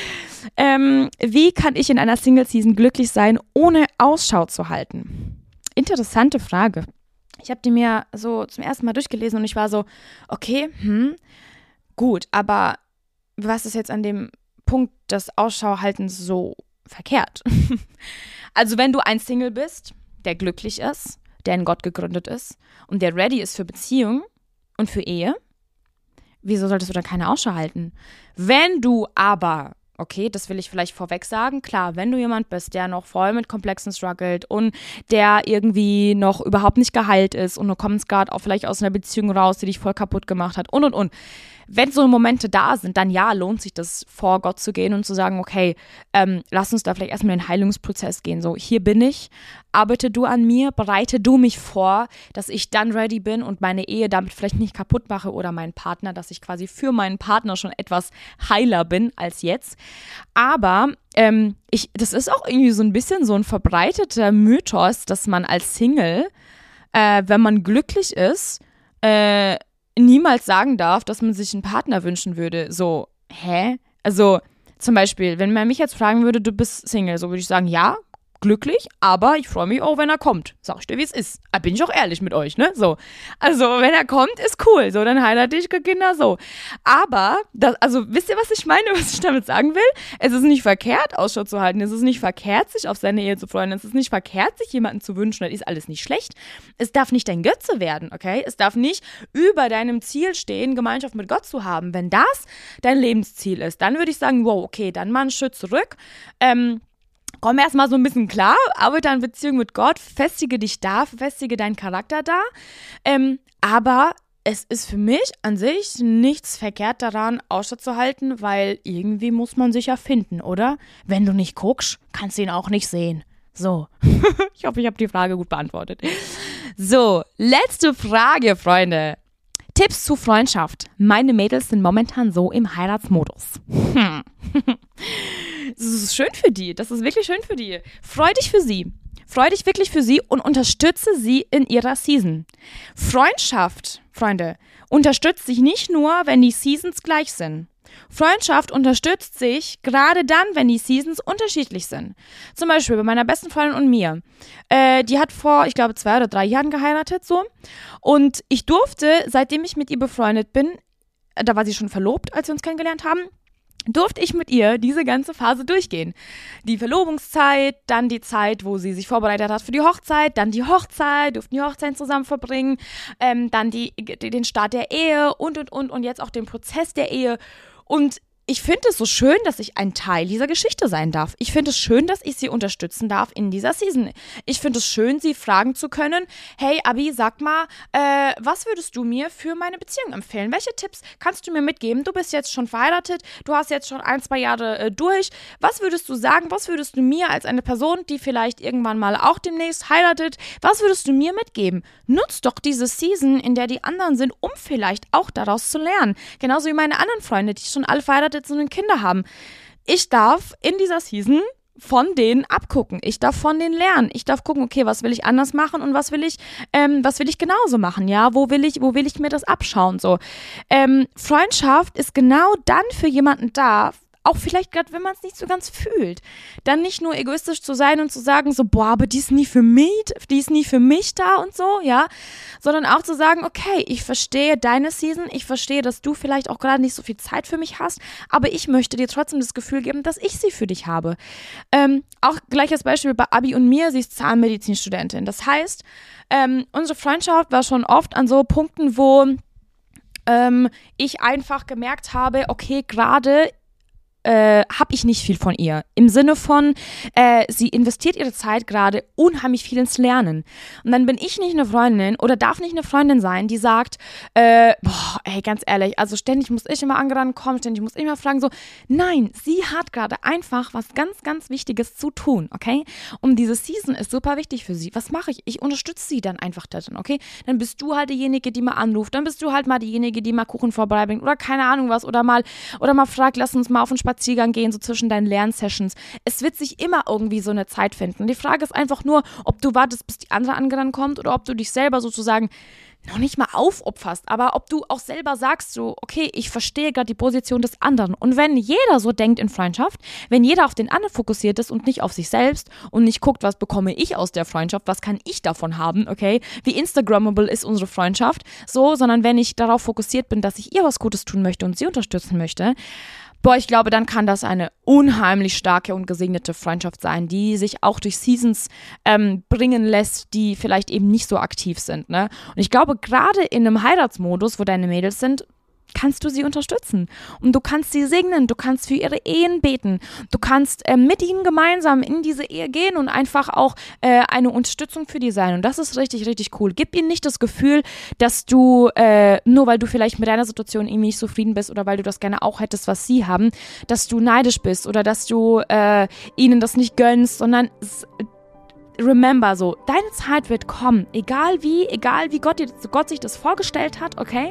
S1: Wie kann ich in einer Single-Season glücklich sein, ohne Ausschau zu halten? Interessante Frage. Ich habe die mir so zum ersten Mal durchgelesen und ich war so, okay, gut, aber was ist jetzt an dem Punkt des Ausschauhaltens so verkehrt? Also wenn du ein Single bist, der glücklich ist, der in Gott gegründet ist und der ready ist für Beziehung und für Ehe, wieso solltest du da keine Ausschau halten? Wenn du aber, okay, das will ich vielleicht vorweg sagen, klar, wenn du jemand bist, der noch voll mit Komplexen struggelt und der irgendwie noch überhaupt nicht geheilt ist und du kommst gerade auch vielleicht aus einer Beziehung raus, die dich voll kaputt gemacht hat und. Wenn so Momente da sind, dann ja, lohnt sich das, vor Gott zu gehen und zu sagen, okay, lass uns da vielleicht erstmal in den Heilungsprozess gehen. So, hier bin ich, arbeite du an mir, bereite du mich vor, dass ich dann ready bin und meine Ehe damit vielleicht nicht kaputt mache oder meinen Partner, dass ich quasi für meinen Partner schon etwas heiler bin als jetzt. Aber das ist auch irgendwie so ein bisschen so ein verbreiteter Mythos, dass man als Single, wenn man glücklich ist, niemals sagen darf, dass man sich einen Partner wünschen würde. So, hä? Also zum Beispiel, wenn man mich jetzt fragen würde, du bist Single, so würde ich sagen, ja, glücklich, aber ich freue mich auch, wenn er kommt. Sag ich dir, wie es ist. Da bin ich auch ehrlich mit euch, ne? So. Also, wenn er kommt, ist cool. So, dann heirate ich, Kinder, so. Aber, wisst ihr, was ich meine, was ich damit sagen will? Es ist nicht verkehrt, Ausschau zu halten. Es ist nicht verkehrt, sich auf seine Ehe zu freuen. Es ist nicht verkehrt, sich jemanden zu wünschen. Das ist alles nicht schlecht. Es darf nicht dein Götze werden, okay? Es darf nicht über deinem Ziel stehen, Gemeinschaft mit Gott zu haben. Wenn das dein Lebensziel ist, dann würde ich sagen, wow, okay, dann mal einen Schritt zurück. Komm erstmal so ein bisschen klar, arbeite an Beziehung mit Gott, festige dich da, festige deinen Charakter da. Aber es ist für mich an sich nichts verkehrt daran, Ausschau zu halten, weil irgendwie muss man sich ja finden, oder? Wenn du nicht guckst, kannst du ihn auch nicht sehen. So, ich hoffe, ich habe die Frage gut beantwortet. So, letzte Frage, Freunde. Tipps zu Freundschaft. Meine Mädels sind momentan so im Heiratsmodus. Das ist schön für die. Das ist wirklich schön für die. Freu dich für sie. Freu dich wirklich für sie und unterstütze sie in ihrer Season. Freundschaft, Freunde, unterstützt sich nicht nur, wenn die Seasons gleich sind. Freundschaft unterstützt sich gerade dann, wenn die Seasons unterschiedlich sind. Zum Beispiel bei meiner besten Freundin und mir. Die hat vor, ich glaube, 2 oder 3 Jahren geheiratet, so. Und ich durfte, seitdem ich mit ihr befreundet bin, da war sie schon verlobt, als wir uns kennengelernt haben, durfte ich mit ihr diese ganze Phase durchgehen. Die Verlobungszeit, dann die Zeit, wo sie sich vorbereitet hat für die Hochzeit, dann die Hochzeit, durften die Hochzeit zusammen verbringen, dann den Start der Ehe und jetzt auch den Prozess der Ehe. Und ich finde es so schön, dass ich ein Teil dieser Geschichte sein darf. Ich finde es schön, dass ich sie unterstützen darf in dieser Season. Ich finde es schön, sie fragen zu können, hey Abi, sag mal, was würdest du mir für meine Beziehung empfehlen? Welche Tipps kannst du mir mitgeben? Du bist jetzt schon verheiratet, du hast jetzt schon 1-2 Jahre durch. Was würdest du sagen? Was würdest du mir als eine Person, die vielleicht irgendwann mal auch demnächst heiratet, was würdest du mir mitgeben? Nutz doch diese Season, in der die anderen sind, um vielleicht auch daraus zu lernen. Genauso wie meine anderen Freunde, die schon alle verheiratet sind und Kinder haben. Ich darf in dieser Season von denen abgucken. Ich darf von denen lernen. Ich darf gucken, okay, was will ich anders machen und was will ich genauso machen, ja? Wo will ich mir das abschauen, so? Freundschaft ist genau dann für jemanden da, auch vielleicht gerade, wenn man es nicht so ganz fühlt, dann nicht nur egoistisch zu sein und zu sagen so, boah, aber die ist nie für mich da und so, ja, sondern auch zu sagen, okay, ich verstehe deine Season, ich verstehe, dass du vielleicht auch gerade nicht so viel Zeit für mich hast, aber ich möchte dir trotzdem das Gefühl geben, dass ich sie für dich habe. Auch gleiches Beispiel bei Abi und mir, sie ist Zahnmedizinstudentin. Das heißt, unsere Freundschaft war schon oft an so Punkten, wo ich einfach gemerkt habe, okay, gerade habe ich nicht viel von ihr. Im Sinne von, sie investiert ihre Zeit gerade unheimlich viel ins Lernen. Und dann bin ich nicht eine Freundin oder darf nicht eine Freundin sein, die sagt, ganz ehrlich, also ständig muss ich immer angerannt kommen, ständig muss ich immer fragen, so, nein, sie hat gerade einfach was ganz, ganz Wichtiges zu tun, okay? Und diese Season ist super wichtig für sie. Was mache ich? Ich unterstütze sie dann einfach darin, okay? Dann bist du halt diejenige, die mal anruft, dann bist du halt mal diejenige, die mal Kuchen vorbeibringt oder keine Ahnung was oder mal fragt, lass uns mal auf einen Spaziergang gehen, so zwischen deinen Lernsessions. Es wird sich immer irgendwie so eine Zeit finden. Die Frage ist einfach nur, ob du wartest, bis die andere angerannt kommt oder ob du dich selber sozusagen noch nicht mal aufopferst, aber ob du auch selber sagst so, okay, ich verstehe gerade die Position des anderen. Und wenn jeder so denkt in Freundschaft, wenn jeder auf den anderen fokussiert ist und nicht auf sich selbst und nicht guckt, was bekomme ich aus der Freundschaft, was kann ich davon haben, okay, wie Instagrammable ist unsere Freundschaft, so, sondern wenn ich darauf fokussiert bin, dass ich ihr was Gutes tun möchte und sie unterstützen möchte, ich glaube, dann kann das eine unheimlich starke und gesegnete Freundschaft sein, die sich auch durch Seasons bringen lässt, die vielleicht eben nicht so aktiv sind, ne? Und ich glaube, gerade in einem Heiratsmodus, wo deine Mädels sind, kannst du sie unterstützen. Und du kannst sie segnen, du kannst für ihre Ehen beten, du kannst mit ihnen gemeinsam in diese Ehe gehen und einfach auch eine Unterstützung für die sein. Und das ist richtig, richtig cool. Gib ihnen nicht das Gefühl, dass du, nur weil du vielleicht mit deiner Situation irgendwie nicht zufrieden bist oder weil du das gerne auch hättest, was sie haben, dass du neidisch bist oder dass du ihnen das nicht gönnst, sondern remember so, deine Zeit wird kommen, egal wie Gott sich das vorgestellt hat, okay?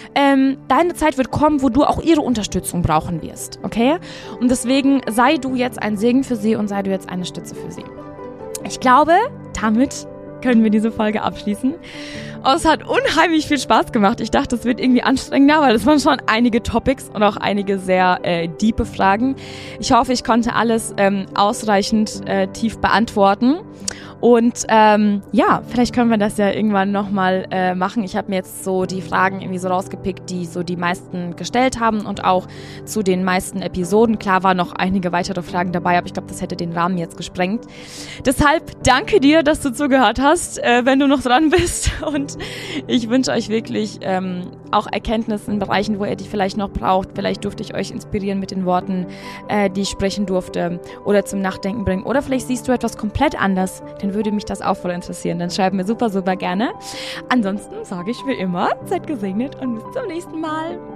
S1: Deine Zeit wird kommen, wo du auch ihre Unterstützung brauchen wirst, okay? Und deswegen sei du jetzt ein Segen für sie und sei du jetzt eine Stütze für sie. Ich glaube, damit können wir diese Folge abschließen. Es hat unheimlich viel Spaß gemacht. Ich dachte, es wird irgendwie anstrengender, weil es waren schon einige Topics und auch einige sehr diepe Fragen. Ich hoffe, ich konnte alles ausreichend tief beantworten. Und vielleicht können wir das ja irgendwann nochmal machen. Ich habe mir jetzt so die Fragen irgendwie so rausgepickt, die so die meisten gestellt haben und auch zu den meisten Episoden. Klar waren noch einige weitere Fragen dabei, aber ich glaube, das hätte den Rahmen jetzt gesprengt. Deshalb danke dir, dass du zugehört hast, wenn du noch dran bist. Und ich wünsche euch wirklich auch Erkenntnis in Bereichen, wo ihr die vielleicht noch braucht. Vielleicht durfte ich euch inspirieren mit den Worten, die ich sprechen durfte oder zum Nachdenken bringen. Oder vielleicht siehst du etwas komplett anders, dann würde mich das auch voll interessieren. Dann schreib mir super, super gerne. Ansonsten sage ich wie immer, seid gesegnet und bis zum nächsten Mal.